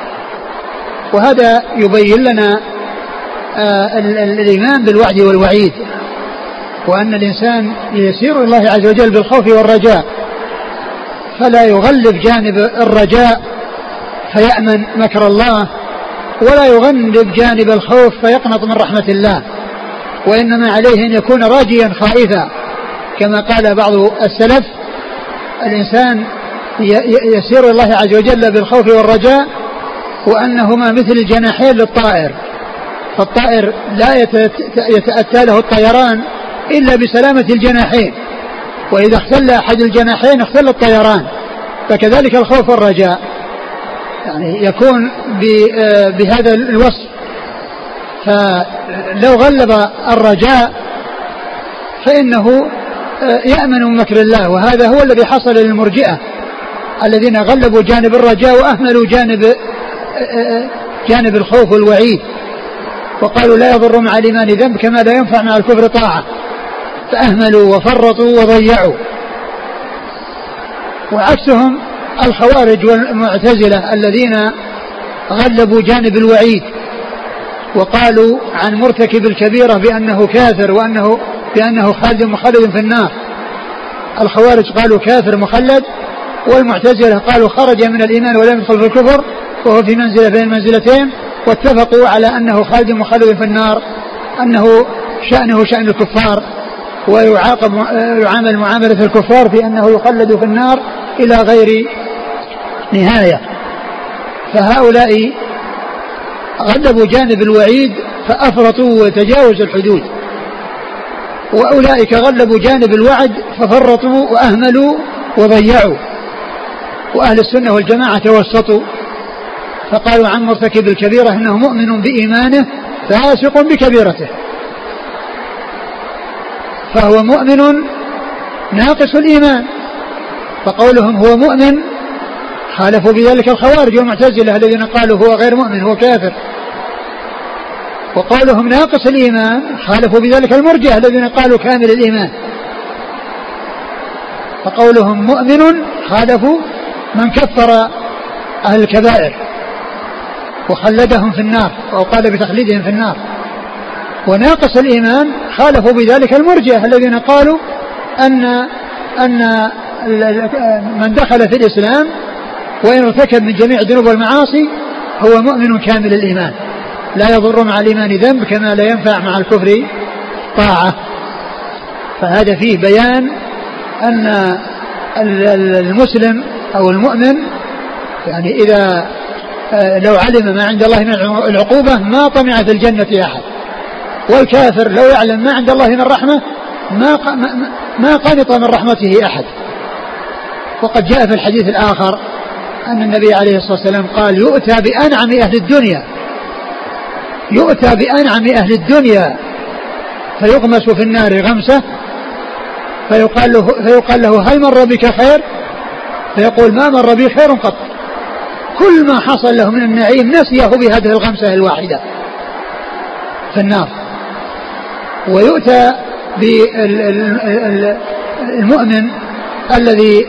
وهذا يبين لنا الإيمان بالوعد والوعيد، وأن الإنسان يسير الله عز وجل بالخوف والرجاء، فلا يغلب جانب الرجاء فيأمن مكر الله، ولا يغلب جانب الخوف فيقنط من رحمة الله، وإنما عليه أن يكون راجيا خائفا، كما قال بعض السلف: الإنسان يسير الله عز وجل بالخوف والرجاء وأنهما مثل الجناحين للطائر، فالطائر لا يتأتى له الطيران إلا بسلامة الجناحين، وإذا اختل أحد الجناحين اختل الطيران، فكذلك الخوف والرجاء يعني يكون بهذا الوصف. فلو غلب الرجاء فإنه يأمن من مكر الله، وهذا هو الذي حصل للمرجئة الذين غلبوا جانب الرجاء وأهملوا جانب الخوف والوعيد، وقالوا لا يضر مع الإيمان ذنب كما لا ينفع مع الكفر طاعة، فأهملوا وفرطوا وضيعوا. وعكسهم الخوارج والمعتزلة الذين غلبوا جانب الوعيد وقالوا عن مرتكب الكبيرة بأنه كافر بأنه خالد مخلد في النار. الخوارج قالوا كافر مخلد، والمعتزلة قالوا خرج من الإيمان ولم يدخل في الكفر وهو في منزلة بين المنزلتين، واتفقوا على أنه خالد مخلد في النار، أنه شأنه شأن الكفار ويعامل معاملة الكفار في أنه يخلد في النار إلى غير نهاية. فهؤلاء غلبوا جانب الوعيد فأفرطوا وتجاوزوا الحدود، وأولئك غلبوا جانب الوعد ففرطوا وأهملوا وضيعوا. وأهل السنة والجماعة توسطوا فقالوا عن مرتكب الكبيرة إنه مؤمن بإيمانه فاسق بكبيرته، فهو مؤمن ناقص الإيمان، فقولهم هو مؤمن خالفوا بذلك الخوارج والمعتزلة الذين قالوا هو غير مؤمن هو كافر، وقولهم ناقص الإيمان خالفوا بذلك المرجئة الذين قالوا كامل الإيمان، فقولهم مؤمن خالفوا من كفر أهل الكبائر وخلدهم في النار أو قال بتخليدهم في النار، وناقص الإيمان خالفوا بذلك المرجئة الذين قالوا أن من دخل في الإسلام وإن ارتكب من جميع الذنوب والمعاصي هو مؤمن كامل الإيمان لا يضر مع الإيمان ذنب كما لا ينفع مع الكفر طاعة. فهذا فيه بيان أن المسلم أو المؤمن يعني إذا لو علم ما عند الله من العقوبة ما طمع في الجنة أحد، والكافر لو يعلم ما عند الله من الرحمة ما قنط من رحمته أحد. وقد جاء في الحديث الآخر أن النبي عليه الصلاة والسلام قال يؤتى بأنعم أهل الدنيا فيغمس في النار غمسة فيقال له هل مر بك خير؟ فيقول ما مر بي خير قط. كل ما حصل له من النعيم نسيه بهذه الغمسة الواحدة في النار. ويؤتى بالمؤمن الذي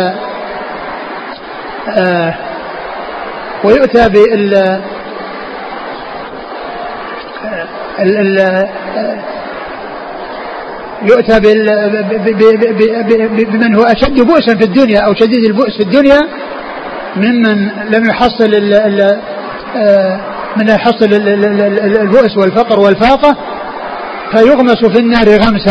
ويؤتى يؤتى بمن هو أشد بؤسا في الدنيا أو شديد البؤس في الدنيا ممن لم يحصل من يحصل البؤس والفقر والفاقة، فيغمس في النار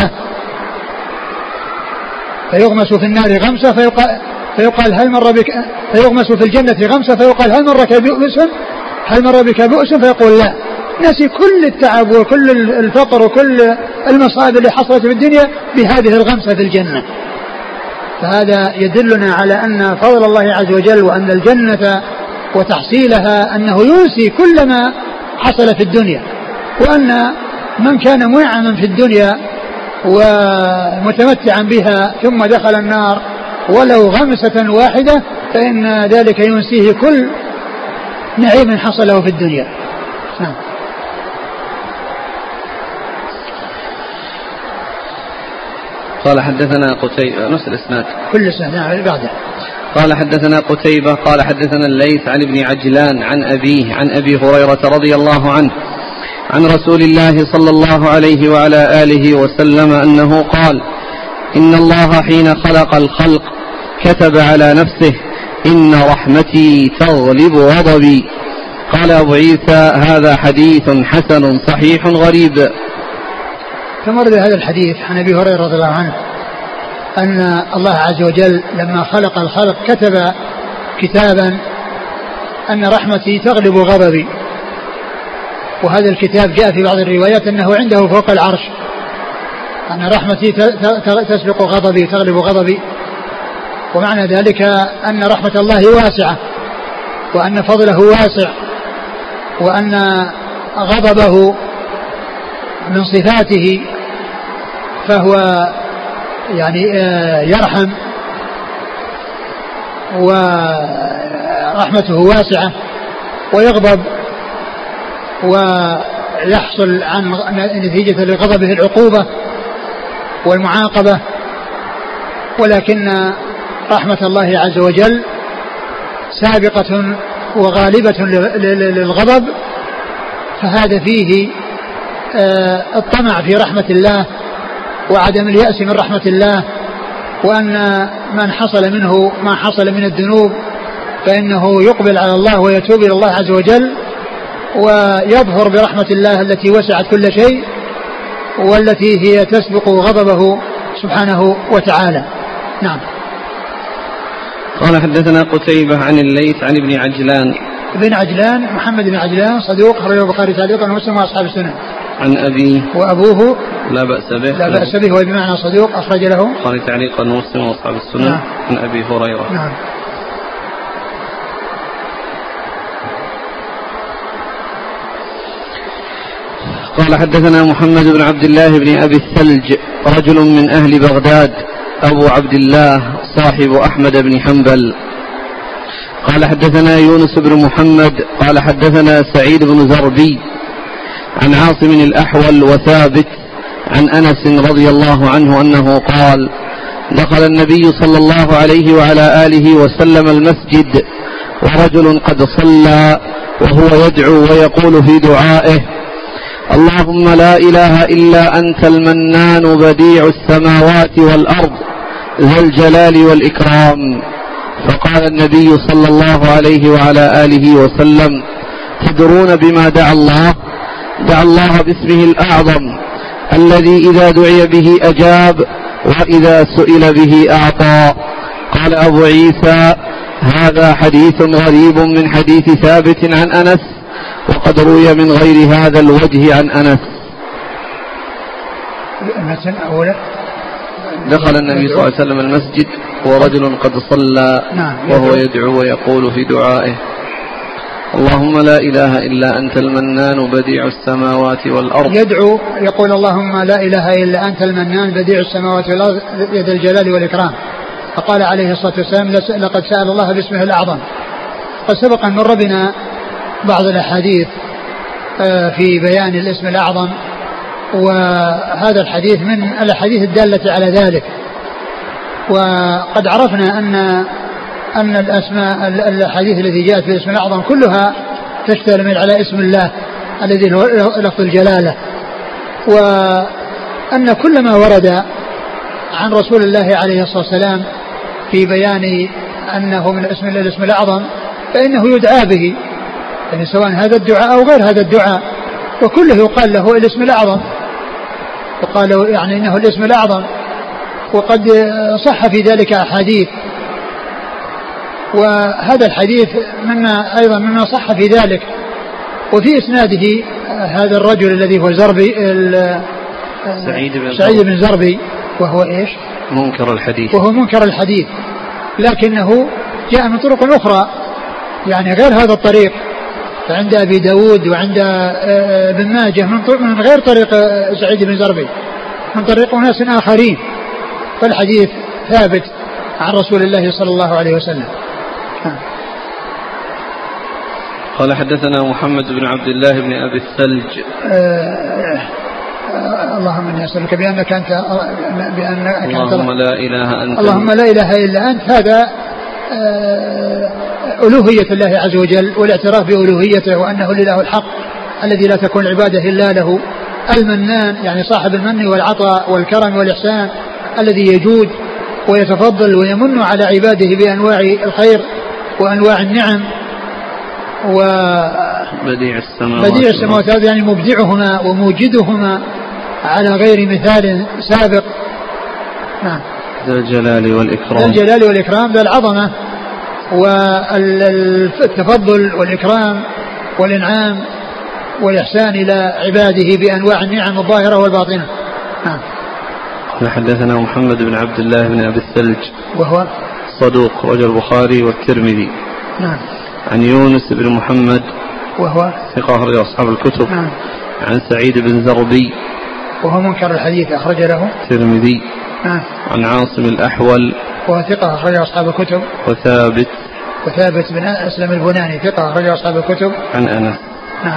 غمسة فيقال هل مر بك، فيغمس في الجنة غمسة فيقال هل مر بك بؤس فيقول لا، نسي كل التعب وكل الفقر وكل المصائب اللي حصلت في الدنيا بهذه الغمسة في الجنة. فهذا يدلنا على أن فضل الله عز وجل وأن الجنة وتحصيلها أنه ينسي كل ما حصل في الدنيا، وأن من كان منعما في الدنيا ومتمتعا بها ثم دخل النار ولو غمسة واحدة فإن ذلك ينسيه كل نعيم حصل له في الدنيا. قال حدثنا قتيبة نفس الإسناد كل سنة بعده. قال حدثنا قتيبة قال حدثنا الليث عن ابن عجلان عن أبيه عن أبي هريرة رضي الله عنه عن رسول الله صلى الله عليه وعلى آله وسلم أنه قال إن الله حين خلق الخلق كتب على نفسه إن رحمتي تغلب غضبي. قال أبو عيسى هذا حديث حسن صحيح غريب. تمر بهذا الحديث عن أبي هريرة رضي الله عنه أن الله عز وجل لما خلق الخلق كتب كتابا أن رحمتي تغلب غضبي، وهذا الكتاب جاء في بعض الروايات أنه عنده فوق العرش، أن رحمتي تسبق غضبي تغلب غضبي، ومعنى ذلك أن رحمة الله واسعة وأن فضله واسع وأن غضبه من صفاته، فهو يعني يرحم ورحمته واسعة ويغضب ويحصل عن نتيجة لغضبه العقوبة والمعاقبة، ولكن رحمة الله عز وجل سابقة وغالبة للغضب، فهذا فيه الطمع في رحمة الله وعدم اليأس من رحمة الله، وأن من حصل منه ما حصل من الذنوب فإنه يقبل على الله ويتوب إلى الله عز وجل ويظهر برحمة الله التي وسعت كل شيء والتي هي تسبق غضبه سبحانه وتعالى. نعم. قال حدثنا قتيبة عن الليث عن ابن عجلان. ابن عجلان محمد بن عجلان صدوق أخرجه البخاري تعليقا ومسلم وأصحاب السنن. عن أبيه وأبوه لا بأس به وبمعنى صدوق أخرج له البخاري تعليقا ومسلم وأصحاب السنن. نعم. عن أبي هريرة. نعم. قال حدثنا محمد بن عبد الله بن أبي الثلج رجل من أهل بغداد أبو عبد الله صاحب أحمد بن حنبل. قال حدثنا يونس بن محمد قال حدثنا سعيد بن زربي عن عاصم الأحول وثابت عن أنس رضي الله عنه أنه قال دخل النبي صلى الله عليه وعلى آله وسلم المسجد ورجل قد صلى وهو يدعو ويقول في دعائه اللهم لا إله إلا أنت المنان بديع السماوات والأرض ذا الجلال والإكرام. فقال النبي صلى الله عليه وعلى آله وسلم تدرون بما دعا الله؟ دعا الله باسمه الأعظم الذي إذا دعي به أجاب وإذا سئل به أعطى. قال أبو عيسى هذا حديث غريب من حديث ثابت عن أنس، وقد روي من غير هذا الوجه عن أنس. دخل النبي صلى الله عليه وسلم المسجد ورجل قد صلى وهو يدعو ويقول في دعائه: اللهم لا إله إلا أنت المنان بديع السماوات والأرض. يدعو يقول: اللهم لا إله إلا أنت المنان بديع السماوات والأرض ذي الجلال والإكرام. فقال عليه الصلاة والسلام: لقد سأل الله باسمه الأعظم. قد سبق أن مر بنا بعض الأحاديث في بيان الاسم الأعظم، وهذا الحديث من الأحاديث الدالة على ذلك. وقد عرفنا أن الأسماء الأحاديث التي جاءت في الاسم الأعظم كلها تشتمل على اسم الله الذي هو لفظ الجلالة، وأن كل ما ورد عن رسول الله عليه الصلاة والسلام في بيان أنه من اسم الله الاسم الأعظم فإنه يدعى به، يعني سواء هذا الدعاء أو غير هذا الدعاء، وكله يقال له الاسم الأعظم، وقال له يعني إنه الاسم الأعظم. وقد صح في ذلك أحاديث، وهذا الحديث أيضا مما صح في ذلك. وفي إسناده هذا الرجل الذي هو زربي سعيد بن زربي، وهو إيش؟ منكر الحديث، وهو منكر الحديث، لكنه جاء من طرق أخرى يعني غير هذا الطريق، فعند أبي داود وعند ابن ماجه من غير طريق سعيد بن زربي، من طريق ناس آخرين، فالحديث ثابت عن رسول الله صلى الله عليه وسلم. قال: حدثنا محمد بن عبد الله بن أبي الثلج. اللهم إني أسألك بأنك أنت اللهم لا إله أنت اللهم لا إله إلا أنت. هذا ألوهية الله عز وجل، والاعتراف بألوهيته وأنه الإله الحق الذي لا تكون العبادة إلا له، المنان يعني صاحب المن والعطاء والكرم والإحسان، الذي يجود ويتفضل ويمن على عباده بأنواع الخير وأنواع النعم. بديع السماوات هذا يعني مبدعهما وموجدهما على غير مثال سابق. نعم. ذا الجلال والإكرام، ذا العظمة والتفضل والإكرام والإنعام والإحسان إلى عباده بأنواع النعم الظاهرة والباطنة. نعم. حدثنا محمد بن عبد الله بن أبي الثلج، وهو صدوق، رجل البخاري والترمذي. نعم. عن يونس بن محمد، وهو ثقة أخرج أصحاب الكتب. نعم. عن سعيد بن زربي، وهو منكر الحديث، أخرج له الترمذي. نعم. عن عاصم الأحول، وهو ثقة، أخرج أصحاب الكتب. وثابت بن أسلم البناني، ثقة، أخرج أصحاب الكتب. عن أنس. نعم.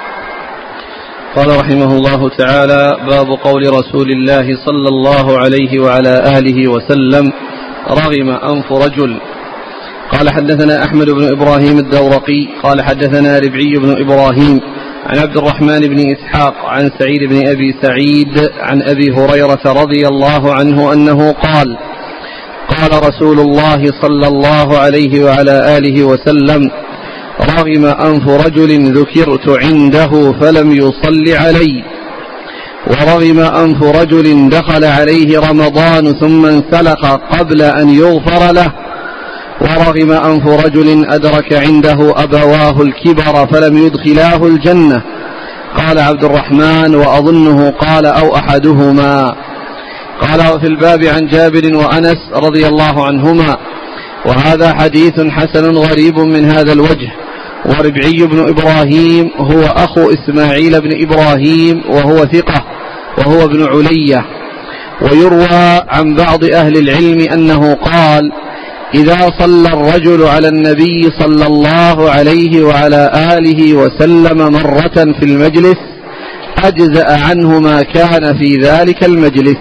قال رحمه الله تعالى: باب قول رسول الله صلى الله عليه وعلى آله وسلم: رغم أنف رجل. قال: حدثنا أحمد بن إبراهيم الدورقي قال: حدثنا ربعي بن إبراهيم عن عبد الرحمن بن إسحاق عن سعيد بن أبي سعيد عن أبي هريرة رضي الله عنه أنه قال: قال رسول الله صلى الله عليه وعلى آله وسلم: رغم أنف رجل ذكرت عنده فلم يصل علي، ورغم أنف رجل دخل عليه رمضان ثم انسلخ قبل أن يغفر له، ورغم أنف رجل أدرك عنده أبواه الكبر فلم يدخلاه الجنة. قال عبد الرحمن: وأظنه قال أو أحدهما. قال: وفي الباب عن جابر وأنس رضي الله عنهما. وهذا حديث حسن غريب من هذا الوجه. وربعي بن إبراهيم هو أخو إسماعيل بن إبراهيم وهو ثقة، وهو ابن علية. ويروى عن بعض أهل العلم أنه قال: إذا صلى الرجل على النبي صلى الله عليه وعلى آله وسلم مرة في المجلس أجزأ عنه ما كان في ذلك المجلس.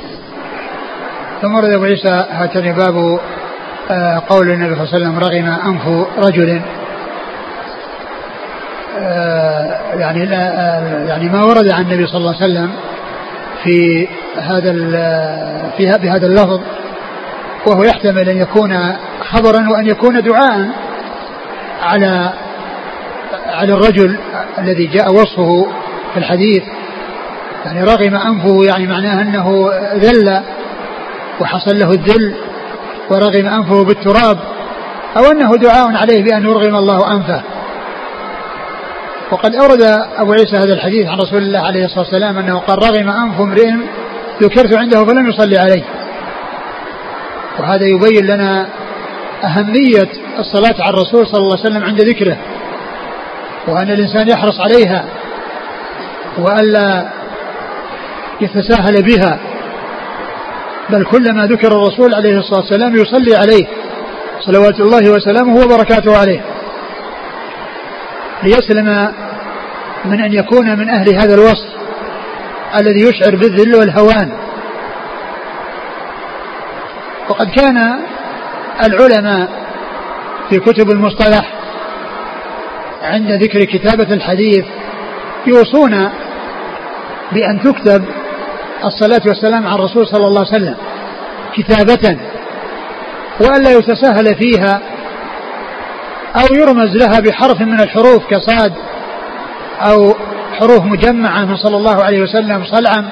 ثم ورد أبو عيسى هاتين باب قول النبي صلى الله عليه وسلم: رغم أنف رجل. يعني ما ورد عن النبي صلى الله عليه وسلم في بهذا اللفظ، وهو يحتمل أن يكون خبرا وأن يكون دعاء على الرجل الذي جاء وصفه في الحديث. يعني رغم أنفه يعني معناه أنه ذل وحصل له الذل، ورغم أنفه بالتراب أو أنه دعاء عليه بأن يرغم الله أنفه. وقد أورد أبو عيسى هذا الحديث عن رسول الله عليه الصلاة والسلام أنه قال رغم أنف امرئ ذكرت عنده فلم يصلي عليه. وهذا يبين لنا أهمية الصلاة على الرسول صلى الله عليه وسلم عند ذكره، وأن الإنسان يحرص عليها وألا يتساهل بها، بل كلما ذكر الرسول عليه الصلاة والسلام يصلي عليه صلوات الله وسلامه وبركاته عليه، ليسلم من أن يكون من أهل هذا الوصف الذي يشعر بالذل والهوان. وقد كان العلماء في كتب المصطلح عند ذكر كتابة الحديث يوصون بأن تكتب الصلاة والسلام على الرسول صلى الله عليه وسلم كتابة، وألا يتساهل فيها أو يرمز لها بحرف من الحروف كصاد أو حروف مجمعة من صلى الله عليه وسلم صلعا،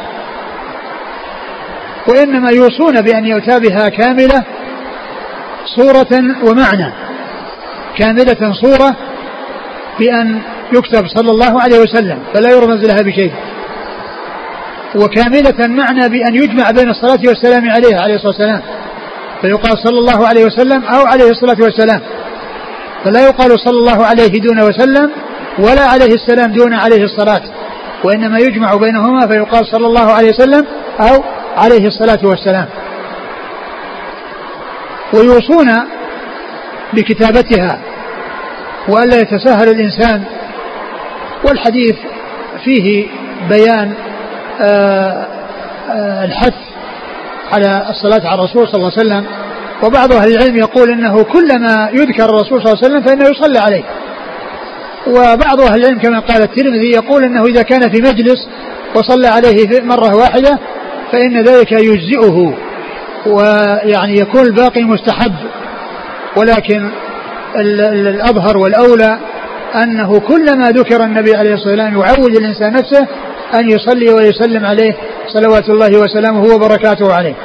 وإنما يوصون بأن يؤتى بها كاملة صورة ومعنى، كاملة صورة بأن يكتب صلى الله عليه وسلم فلا يرمز لها بشيء، وكاملة معنى بأن يجمع بين الصلاة والسلام عليه عليه الصلاة والسلام فيقال صلى الله عليه وسلم أو عليه الصلاة والسلام، فلا يقال صلى الله عليه دون وسلم ولا عليه السلام دون عليه الصلاة، وإنما يجمع بينهما فيقال صلى الله عليه وسلم أو عليه الصلاة والسلام. ويوصون بكتابتها وألا يتساهل الإنسان. والحديث فيه بيان الحث على الصلاة على الرسول صلى الله عليه وسلم، وبعض أهل العلم يقول إنه كلما يذكر الرسول صلى الله عليه وسلم فإنه يصلى عليه، وبعض أهل العلم كما قال الترمذي يقول إنه إذا كان في مجلس وصلى عليه مرة واحدة فإن ذلك يجزئه ويعني يكون الباقي مستحب، ولكن الأظهر والأولى أنه كلما ذكر النبي عليه الصلاة والسلام يعود الإنسان نفسه أن يصلي ويسلم عليه صلوات الله وسلامه وبركاته عليه.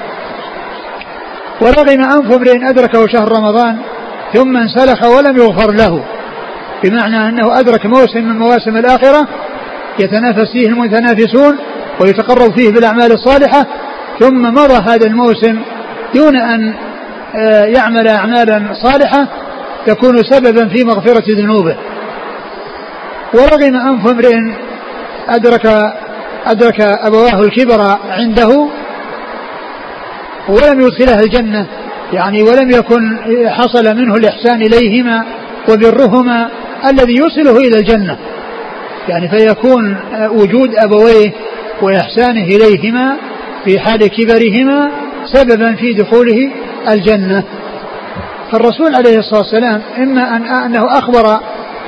ورغم أنف امرئ أدركه شهر رمضان ثم انسلخ ولم يغفر له، بمعنى أنه أدرك موسم من مواسم الآخرة يتنافس فيه المتنافسون ويتقرب فيه بالأعمال الصالحة، ثم مضى هذا الموسم دون أن يعمل أعمالا صالحة تكون سببا في مغفرة ذنوبه. ورغم أنف امرئ أدرك أبواه الكبر عنده ولم يدخلها الجنة، يعني ولم يكن حصل منه الإحسان إليهما وبرهما الذي يوصله إلى الجنة، يعني فيكون وجود أبويه وإحسانه إليهما في حال كبرهما سببا في دخوله الجنة. فالرسول عليه الصلاة والسلام إما أنه أخبر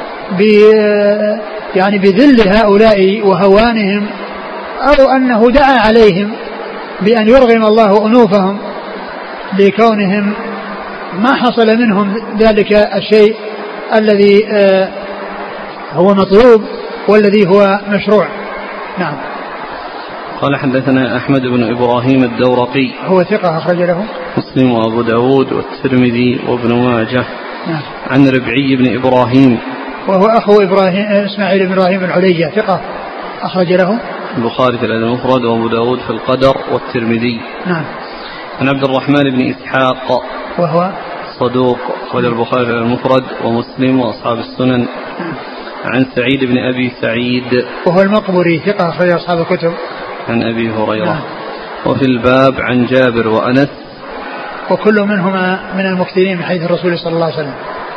يعني بذل هؤلاء وهوانهم، أو أنه دعا عليهم بأن يرغم الله أنوفهم لكونهم ما حصل منهم ذلك الشيء الذي هو مطلوب والذي هو مشروع. نعم. قال حدثنا أحمد بن إبراهيم الدورقي هو ثقة أخرج له مسلم وأبو داود والترمذي وابن ماجه. نعم. عن ربعي بن إبراهيم وهو أخو إبراهيم إسماعيل بن إبراهيم العليا ثقة أخرج له البخاري في الأدب المفرد وأبو داود في القدر والترمذي. نعم. عن عبد الرحمن بن إسحاق وهو صدوق أخرج البخاري في المفرد ومسلم وأصحاب السنن. نعم. عن سعيد بن أبي سعيد وهو المقبري ثقة أخرج أصحاب الكتب. عن أبي هريرة. نعم. وفي الباب عن جابر وأنس وكل منهما من المكثرين من حديث الرسول صلى الله عليه وسلم.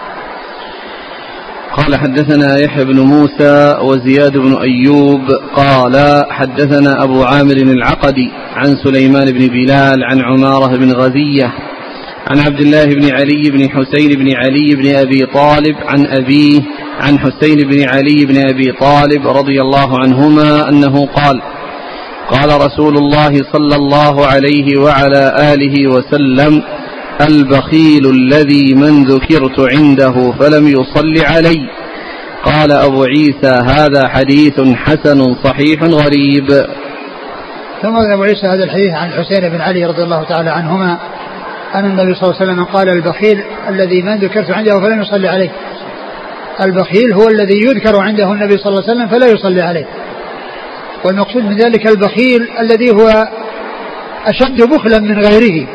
قال حدثنا يحيى بن موسى وزياد بن أيوب قال حدثنا أبو عامر العقدي عن سليمان بن بلال عن عمارة بن غزية عن عبد الله بن علي بن حسين بن علي بن أبي طالب عن أبيه عن حسين بن علي بن أبي طالب رضي الله عنهما أنه قال قال رسول الله صلى الله عليه وعلى آله وسلم البخيل الذي من ذكرت عنده فلم يصل علي. قال أبو عيسى هذا حديث حسن صحيح غريب. ثم أبو عيسى هذا الحديث عن حسين بن علي رضي الله تعالى عنهما أن النبي صلى الله عليه وسلم قال البخيل الذي من ذكرت عنده فلن يصلي عليه. البخيل هو الذي يذكر عنده النبي صلى الله عليه وسلم فلا يصلي عليه. والمقصود من ذلك البخيل الذي هو أشد بخلا من غيره،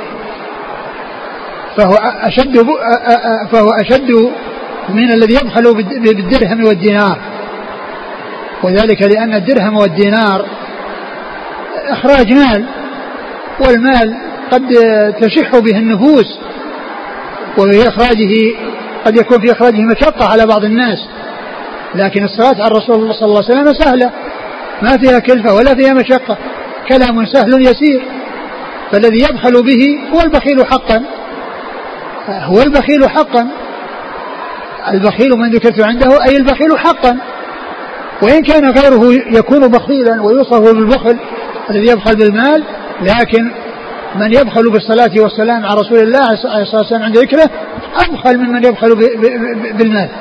فهو أشد من الذي يبخل بالدرهم والدينار، وذلك لأن الدرهم والدينار إخراج مال، والمال قد تشح به النفوس، وإخراجه قد يكون في إخراجه مشقة على بعض الناس، لكن الصلاة على الرسول صلى الله عليه وسلم سهلة ما فيها كلفة ولا فيها مشقة، كلام سهل يسير. فالذي يبخل به هو البخيل حقا، هو البخيل حقا. البخيل من ذكرت عنده أي البخيل حقا، وإن كان غيره يكون بخيلا ويوصف بالبخل الذي يبخل بالمال، لكن من يبخل بالصلاة والسلام على رسول الله عليه الصلاة والسلام عند ذكره أبخل ممن يبخل بالمال،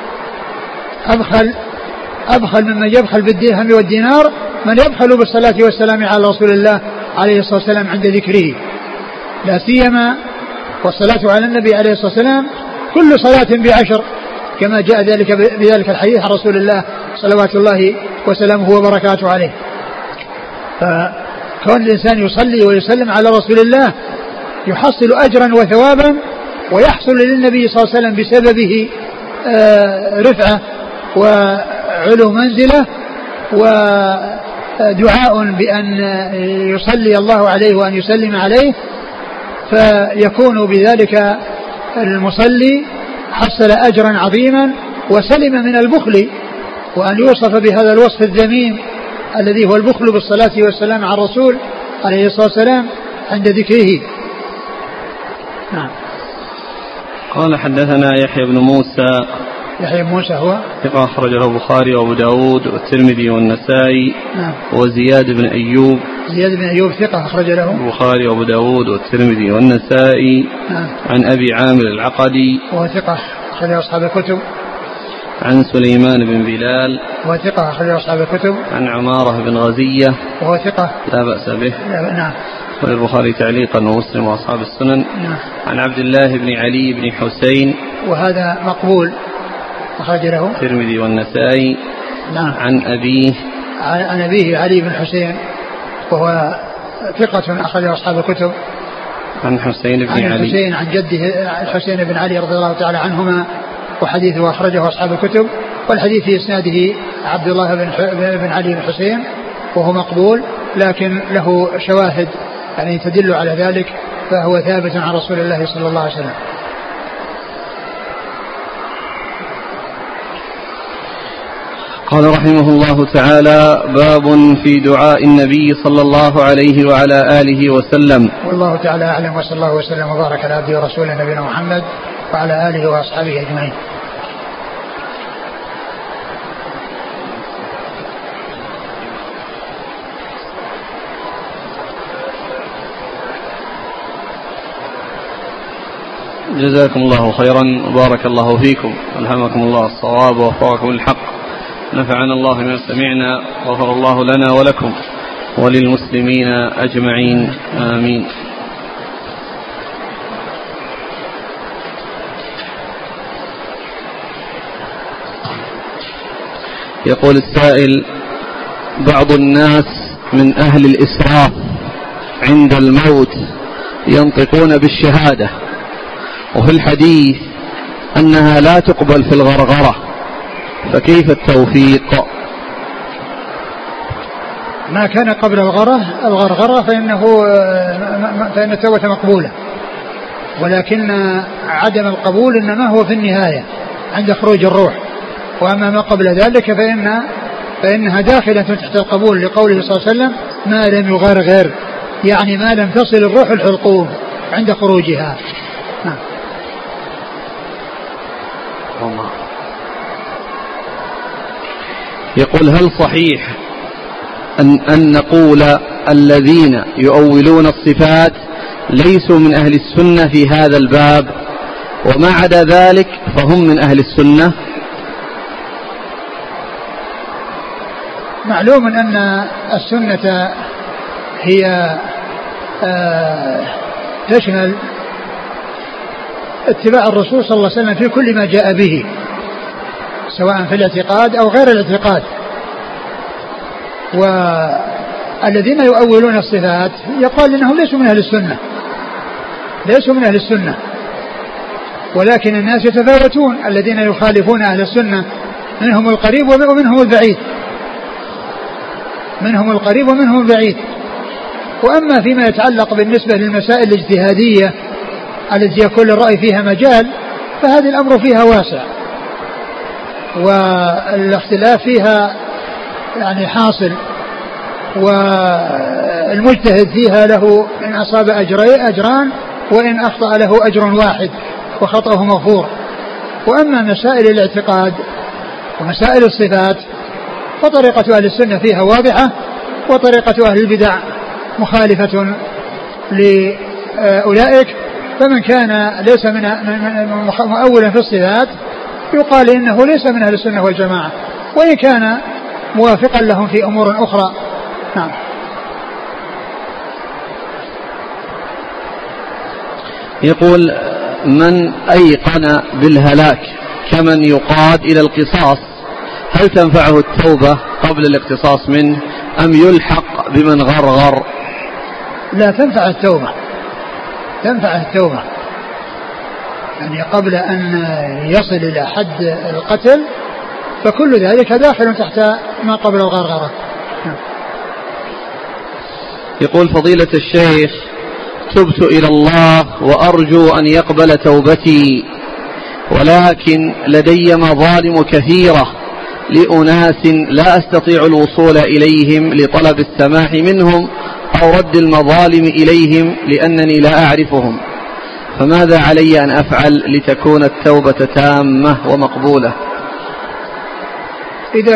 أبخل ممن يبخل بالدرهم والدينار من يبخل بالصلاة والسلام على رسول الله عليه الصلاة والسلام عند ذكره، لا سيما والصلاة على النبي عليه الصلاة والسلام كل صلاة ب10، كما جاء ذلك بذلك الحديث عن رسول الله صلوات الله وسلامه وبركاته عليه. فكون الإنسان يصلي ويسلم على رسول الله يحصل أجرا وثوابا، ويحصل للنبي صلى الله عليه وسلم بسببه رفعة وعلو منزلة ودعاء بأن يصلي الله عليه وأن يسلم عليه، فيكون بذلك المصلي حصل أجرا عظيما وسلم من البخل، وأن يوصف بهذا الوصف الذميم الذي هو البخل بالصلاة والسلام على الرسول عليه الصلاة والسلام عند ذكره. نعم. قال حدثنا يحيى بن موسى. يحيى بن موسى هو ثقة أخرج له البخاري وأبو داود والترمذي والنسائي. نعم. وزياد بن أيوب. زياد بن أيوب ثقة أخرج له البخاري وأبو داود والترمذي والنسائي. نعم. عن أبي عامر العقدي وهو ثقة أخرج أصحاب الكتب. عن سليمان بن بلال وهو ثقة أخرج أصحاب الكتب. عن عمارة بن غزية وهو ثقة لا بأس به. نعم. والبخاري تعليقا ومسلم وأصحاب السنن. نعم. عن عبد الله بن علي بن حسين وهذا مقبول أخرج له الترمذي والنسائي. نعم. عن أبيه علي بن حسين وهو ثقة أخرج أصحاب الكتب. عن حسين بن علي. عن حسين عن جده الحسين بن علي رضي الله تعالى عنهما، وحديثه أخرجه أصحاب الكتب، والحديث في إسناده عبد الله بن علي بن حسين وهو مقبول، لكن له شواهد يعني تدل على ذلك، فهو ثابت عن رسول الله صلى الله عليه وسلم. قال رحمه الله تعالى: باب في دعاء النبي صلى الله عليه وعلى آله وسلم. والله تعالى أعلم، وصلى الله وسلم وبارك على عبده ورسوله نبينا محمد وعلى آله وأصحابه أجمعين. جزاكم الله خيرا وبارك الله فيكم، ألهمكم الله الصواب ووفقكم للحق، نفعنا الله بما سمعنا، غفر الله لنا ولكم وللمسلمين أجمعين، آمين. يقول السائل: بعض الناس من أهل الإسراف عند الموت ينطقون بالشهادة، وفي الحديث أنها لا تقبل في الغرغرة، فكيف التوفيق؟ ما كان قبل الغرغرة فإن التوبة مقبولة، ولكن عدم القبول إنما هو في النهاية عند خروج الروح، وأما ما قبل ذلك فإنها داخلة تحت القبول، لقوله صلى الله عليه وسلم: ما لم يغرغر، يعني ما لم تصل الروح الحلقوم عند خروجها. يقول: هل صحيح أن نقول الذين يؤولون الصفات ليسوا من أهل السنة في هذا الباب، وما عدا ذلك فهم من أهل السنة؟ معلوم أن السنة هي تشمل اتباع الرسول صلى الله عليه وسلم في كل ما جاء به سواء في الاعتقاد أو غير الاعتقاد. والذين يؤولون الصفات يقال إنهم ليسوا من أهل السنة، ليسوا من أهل السنة، ولكن الناس يتفاوتون، الذين يخالفون أهل السنة منهم القريب ومنهم البعيد، منهم القريب ومنهم البعيد. وأما فيما يتعلق بالنسبة للمسائل الاجتهادية التي يكون الرأي فيها مجال فهذا الأمر فيها واسع، والاختلاف فيها يعني حاصل، والمجتهد فيها له إن أصاب أجران وإن أخطأ له أجر واحد وخطأه مغفور. وأما مسائل الاعتقاد ومسائل الصفات فطريقة أهل السنة فيها واضحة، وطريقة أهل البدع مخالفة لأولئك. فمن كان ليس من مؤولا في الصفات يقال إنه ليس من أهل السنة والجماعة، وإن كان موافقا لهم في أمور أخرى. نعم. يقول: من أيقن بالهلاك كمن يقاد إلى القصاص هل تنفعه التوبة قبل الاقتصاص منه أم يلحق بمن غرغر؟ لا، تنفع التوبة، تنفع التوبة، يعني قبل أن يصل إلى حد القتل فكل ذلك داخل تحت ما قبل الغرغرة. يقول: فضيلة الشيخ، تبت إلى الله وأرجو أن يقبل توبتي، ولكن لدي مظالم كثيرة لأناس لا أستطيع الوصول إليهم لطلب السماح منهم أو رد المظالم إليهم لأنني لا أعرفهم، فماذا علي أن أفعل لتكون التوبة تامة ومقبولة؟ إذا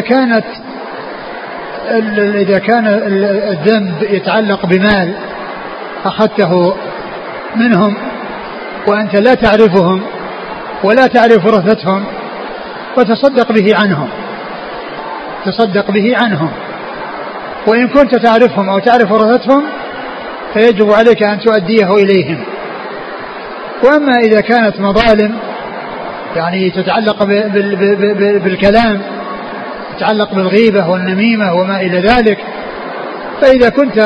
كان الذنب يتعلق بمال أخذته منهم وأنت لا تعرفهم ولا تعرف ورثتهم فتصدق به عنهم، تصدق به عنهم. وإن كنت تعرفهم أو تعرف ورثتهم فيجب عليك أن تؤديه إليهم. وأما إذا كانت مظالم يعني تتعلق بالكلام، تتعلق بالغيبة والنميمة وما إلى ذلك، فإذا كنت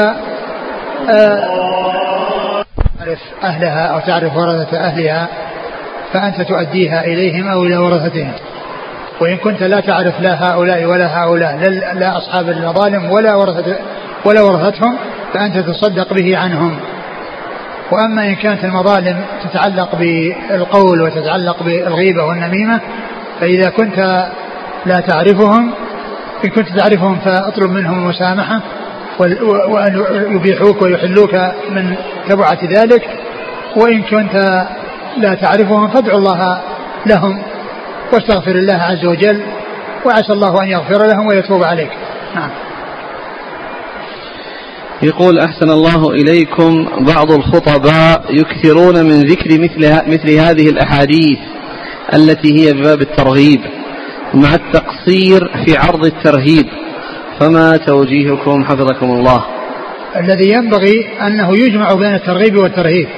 تعرف أهلها أو تعرف ورثة أهلها فأنت تؤديها إليهم أو إلى ورثتهم. وإن كنت لا تعرف لا هؤلاء ولا هؤلاء، لا أصحاب المظالم ولا ورثتهم، فأنت تصدق به عنهم. وأما إن كانت المظالم تتعلق بالقول وتتعلق بالغيبة والنميمة فإذا كنت لا تعرفهم، إن كنت تعرفهم فاطلب منهم المسامحة وأن يبيحوك ويحلوك من تبعة ذلك. وإن كنت لا تعرفهم فادعوا الله لهم واستغفر الله عز وجل، وعسى الله أن يغفر لهم ويتوب عليك. نعم. يقول: أحسن الله إليكم، بعض الخطباء يكثرون من ذكر مثل هذه الأحاديث التي هي بباب الترغيب مع التقصير في عرض الترهيب، فما توجيهكم حفظكم الله؟ الذي ينبغي أنه يجمع بين الترغيب والترهيب،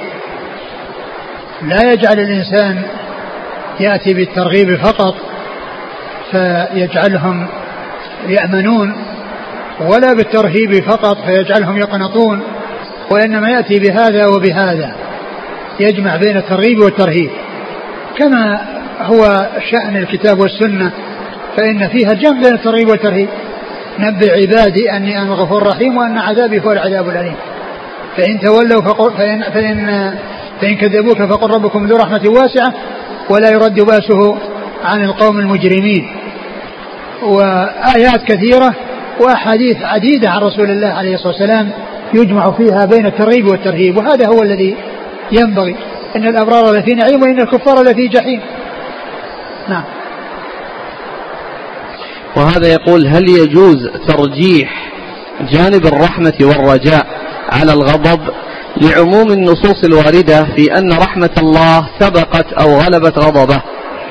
لا يجعل الإنسان يأتي بالترغيب فقط فيجعلهم يأمنون، ولا بالترهيب فقط فيجعلهم يقنطون، وإنما يأتي بهذا وبهذا، يجمع بين الترغيب والترهيب كما هو شأن الكتاب والسنة، فإن فيها الجمع بين الترغيب والترهيب. نبئ عبادي أني أنا الغفور الرحيم وأن عذابي هو العذاب الأليم، فإن تولوا فإن كذبوك فقل ربكم ذو رحمة واسعة ولا يرد باسه عن القوم المجرمين. وآيات كثيرة وأحاديث عديدة عن رسول الله عليه الصلاة والسلام يجمع فيها بين الترغيب والترهيب، وهذا هو الذي ينبغي. إن الأبرار لفي نعيم وإن الكفار لفي جحيم. نعم. وهذا يقول: هل يجوز ترجيح جانب الرحمة والرجاء على الغضب لعموم النصوص الواردة في أن رحمة الله سبقت أو غلبت غضبه؟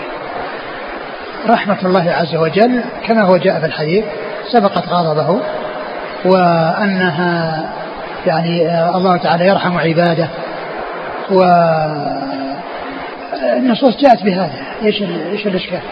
رحمة الله عز وجل كما هو جاء في الحديث سبقت غضبه، وأنها يعني الله تعالى يرحم عباده، النصوص جاءت بهذا. إيش الإشكال؟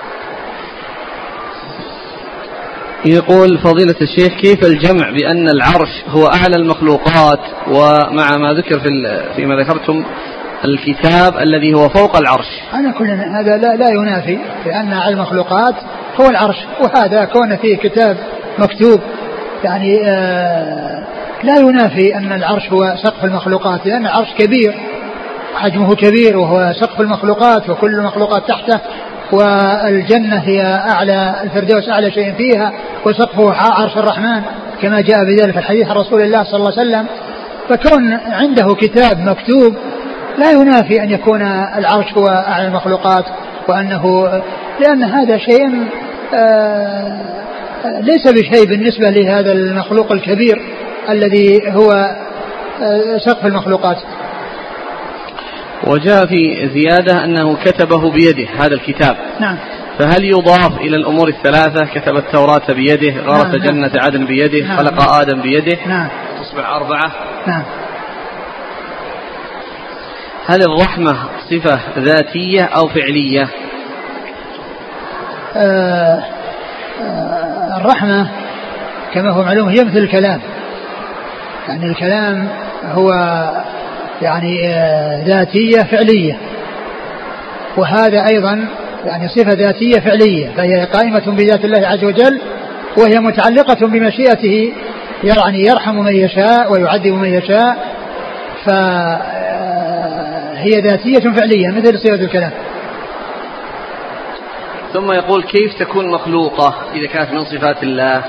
يقول فضيلة الشيخ كيف الجمع بأن العرش هو أعلى المخلوقات ومع ما ذكر فيما ذكرتم الكتاب الذي هو فوق العرش؟ أنا كلنا هذا لا ينافي بأن أعلى المخلوقات هو العرش، وهذا كون فيه كتاب مكتوب يعني لا ينافي أن العرش هو سقف المخلوقات، لأن العرش كبير حجمه كبير وهو سقف المخلوقات وكل المخلوقات تحته، والجنة هي أعلى الفردوس أعلى شيء فيها وسقفه عرش الرحمن كما جاء بذلك الحديث عن رسول الله صلى الله عليه وسلم. فكون عنده كتاب مكتوب لا ينافي أن يكون العرش هو أعلى المخلوقات، لأن هذا شيء ليس بشيء بالنسبة لهذا المخلوق الكبير الذي هو سقف المخلوقات. وجاء في زيادة أنه كتبه بيده هذا الكتاب. نعم. فهل يضاف إلى الأمور الثلاثة؟ كتب التوراة بيده، غرس نعم. جنة عدن بيده، نعم. خلق آدم بيده. نعم. تصبح 4. نعم. هل الرحمة صفة ذاتية أو فعلية؟ الرحمة كما هو معلوم هي مثل الكلام، يعني الكلام هو يعني ذاتية فعلية، وهذا أيضا يعني صفة ذاتية فعلية، فهي قائمة بذات الله عز وجل وهي متعلقة بمشيئته، يعني يرحم من يشاء ويعذب من يشاء، فهي ذاتية فعلية مثل صفة الكلام. ثم يقول كيف تكون مخلوقة إذا كانت من صفات الله؟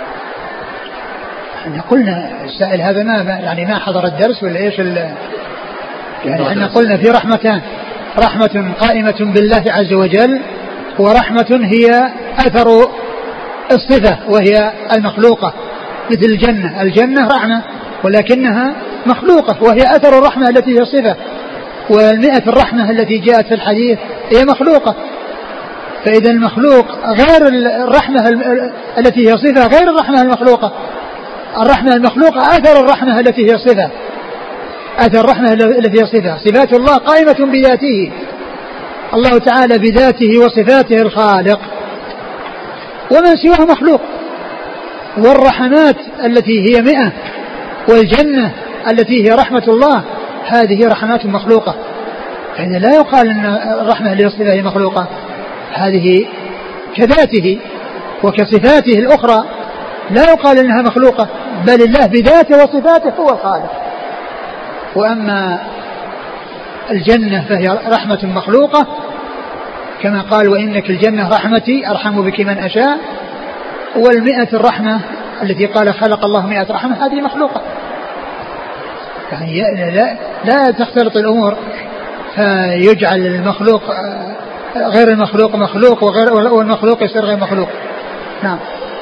احنا قلنا السائل هذا ما حضر الدرس ولا ايش يعني احنا قلنا في رحمتان، رحمة قائمة بالله عز وجل، ورحمة هي أثر الصفة وهي المخلوقة، مثل الجنة رحمة ولكنها مخلوقة وهي أثر الرحمة التي هي صفة، والمئة الرحمة التي جاءت في الحديث هي مخلوقة. فإذا المخلوق غير الرحمة التي هي صفة غير الرحمة المخلوقة. الرحمة المخلوقة أثر الرحمة التي هي صفة، أثر الرحمة التي هي صفة. صفات الله قائمة بذاته، الله تعالى بذاته وصفاته الخالق، ومن سواه مخلوق. والرحمات التي هي 100 والجنة التي هي رحمة الله هذه رحمات مخلوقة، فإذا لا يقال أن الرحمة اللي الصفة هي مخلوقة، هذه كذاته وكصفاته الأخرى لا يقال أنها مخلوقة، بل الله بذاته وصفاته هو الخالق. وأما الجنة فهي رحمة مخلوقة كما قال وإنك الجنة رحمتي أرحم بك من أشاء، والمئة الرحمة التي قال خلق الله 100 رحمة هذه مخلوقة. يعني لا تختلط الأمور فيجعل المخلوق غير المخلوق مخلوق والمخلوق يصير غير مخلوق. نعم.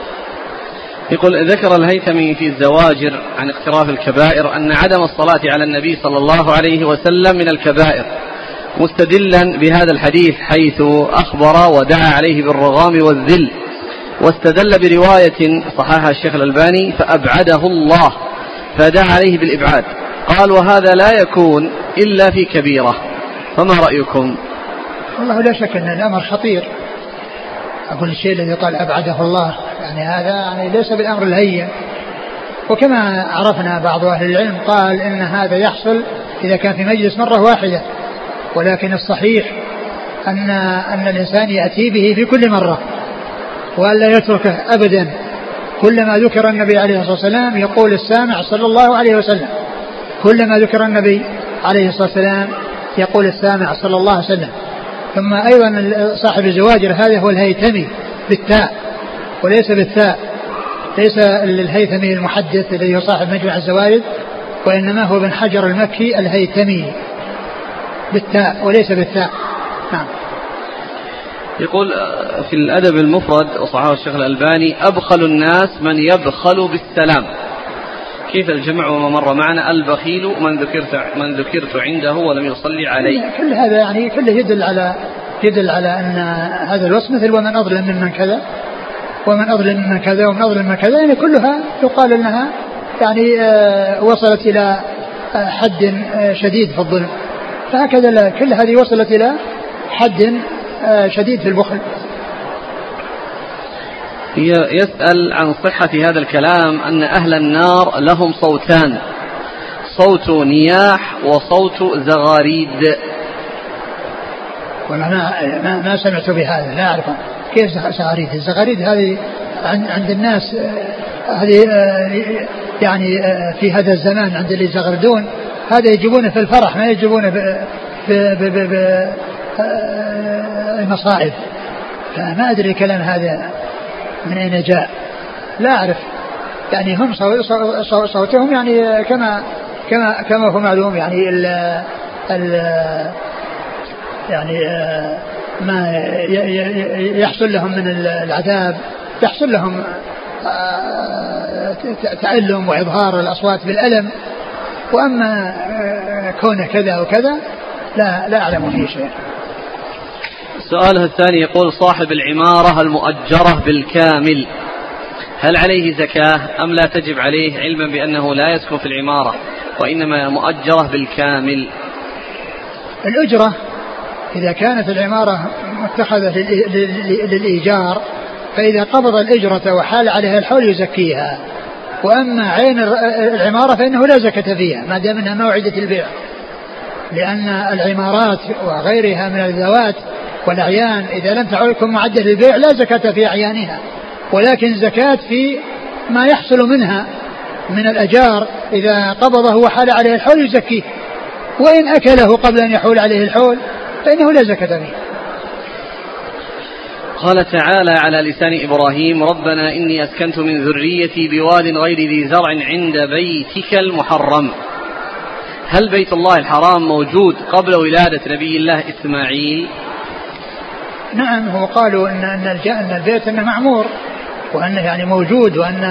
يقول ذكر الهيثمي في الزواجر عن اقتراف الكبائر أن عدم الصلاة على النبي صلى الله عليه وسلم من الكبائر، مستدلا بهذا الحديث حيث أخبر ودعا عليه بالرغام والذل، واستدل برواية صححها الشيخ الألباني فأبعده الله فدعا عليه بالإبعاد، قال وهذا لا يكون إلا في كبيرة، فما رأيكم؟ والله لا شك أن الأمر خطير. أقول الشيء الذي قال أبعده الله يعني هذا يعني ليس بالأمر الهين، وكما عرفنا بعض أهل العلم قال إن هذا يحصل إذا كان في مجلس مرة واحدة، ولكن الصحيح أن الإنسان يأتي به في كل مرة وألا يتركه أبدا. كلما ذكر النبي عليه الصلاة والسلام يقول السامع صلى الله عليه وسلم، كلما ذكر النبي عليه الصلاة والسلام يقول السامع صلى الله عليه وسلم. ثم أيضا صاحب الزواجر هذا هو الهيثمي بالتاء وليس بالثاء، ليس الهيثمي المحدث الذي هو صاحب مجمع الزوائد، وإنما هو بن حجر المكي الهيثمي بالتاء وليس بالثاء. نعم. يقول في الأدب المفرد وصححه الشيخ الألباني أبخل الناس من يبخل بالسلام، كيف الجمع وما مر معنا البخيل من ذكرت عنده ولم يصلي عليه؟ كل هذا يعني كله يدل على أن هذا الوصف مثل ومن أظلم ممن كذا ومن أظلم ممن كذا ومن أظلم ممن كذا، يعني كلها يقال أنها يعني وصلت إلى حد شديد في الظلم. فهكذا كل هذه وصلت إلى حد شديد في البخل. يسأل عن صحة هذا الكلام أن أهل النار لهم صوتان، صوت نياح وصوت زغاريد. والله ما سمعت بهذا، لا أعرف كيف زغاريد. الزغاريد هذه عند الناس هذه يعني في هذا الزمان عند اللي يزغردون هذا يجيبونه في الفرح، ما يجيبونه في المصائب. فما أدري الكلام هذا من أين جاء، لا أعرف. يعني هم صوتهم يعني كما هو معلوم، يعني يعني ما يحصل لهم من العذاب يحصل لهم تألم وإظهار الأصوات بالألم، وأما كونه كذا وكذا لا أعلم فيه شيء. سؤاله الثاني يقول: صاحب العمارة المؤجرة بالكامل هل عليه زكاة أم لا تجب عليه، علما بأنه لا يسكن في العمارة وإنما مؤجرة بالكامل؟ الأجرة إذا كانت العمارة متخذة للإيجار فإذا قبض الأجرة وحال عليها الحول يزكيها، وأما عين العمارة فإنه لا زكاة فيها ما دام أنها موعدة البيع، لأن العمارات وغيرها من الذوات والأعيان إذا لم تعد معدة للبيع لا زكاة في أعيانها، ولكن زكاة في ما يحصل منها من الأجار إذا قبضه وحال عليه الحول يزكيه، وإن أكله قبل أن يحول عليه الحول فإنه لا زكاة فيه. قال تعالى على لسان إبراهيم: ربنا إني أسكنت من ذريتي بواد غير ذي زرع عند بيتك المحرم. هل بيت الله الحرام موجود قبل ولادة نبي الله إسماعيل؟ نعم، هو قالوا أن البيت أنه معمور وأنه يعني موجود، وأن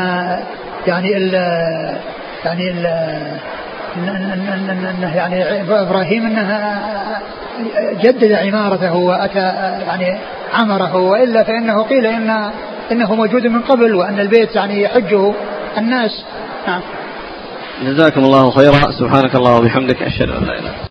يعني إبراهيم أنه جدد عمارته وأتى يعني عمره، وإلا فإنه قيل إنه موجود من قبل وأن البيت يعني يحجه الناس. نعم. جزاكم الله خيرا. سبحانك الله وبحمدك، أشهد أن لا إله إلا أنت.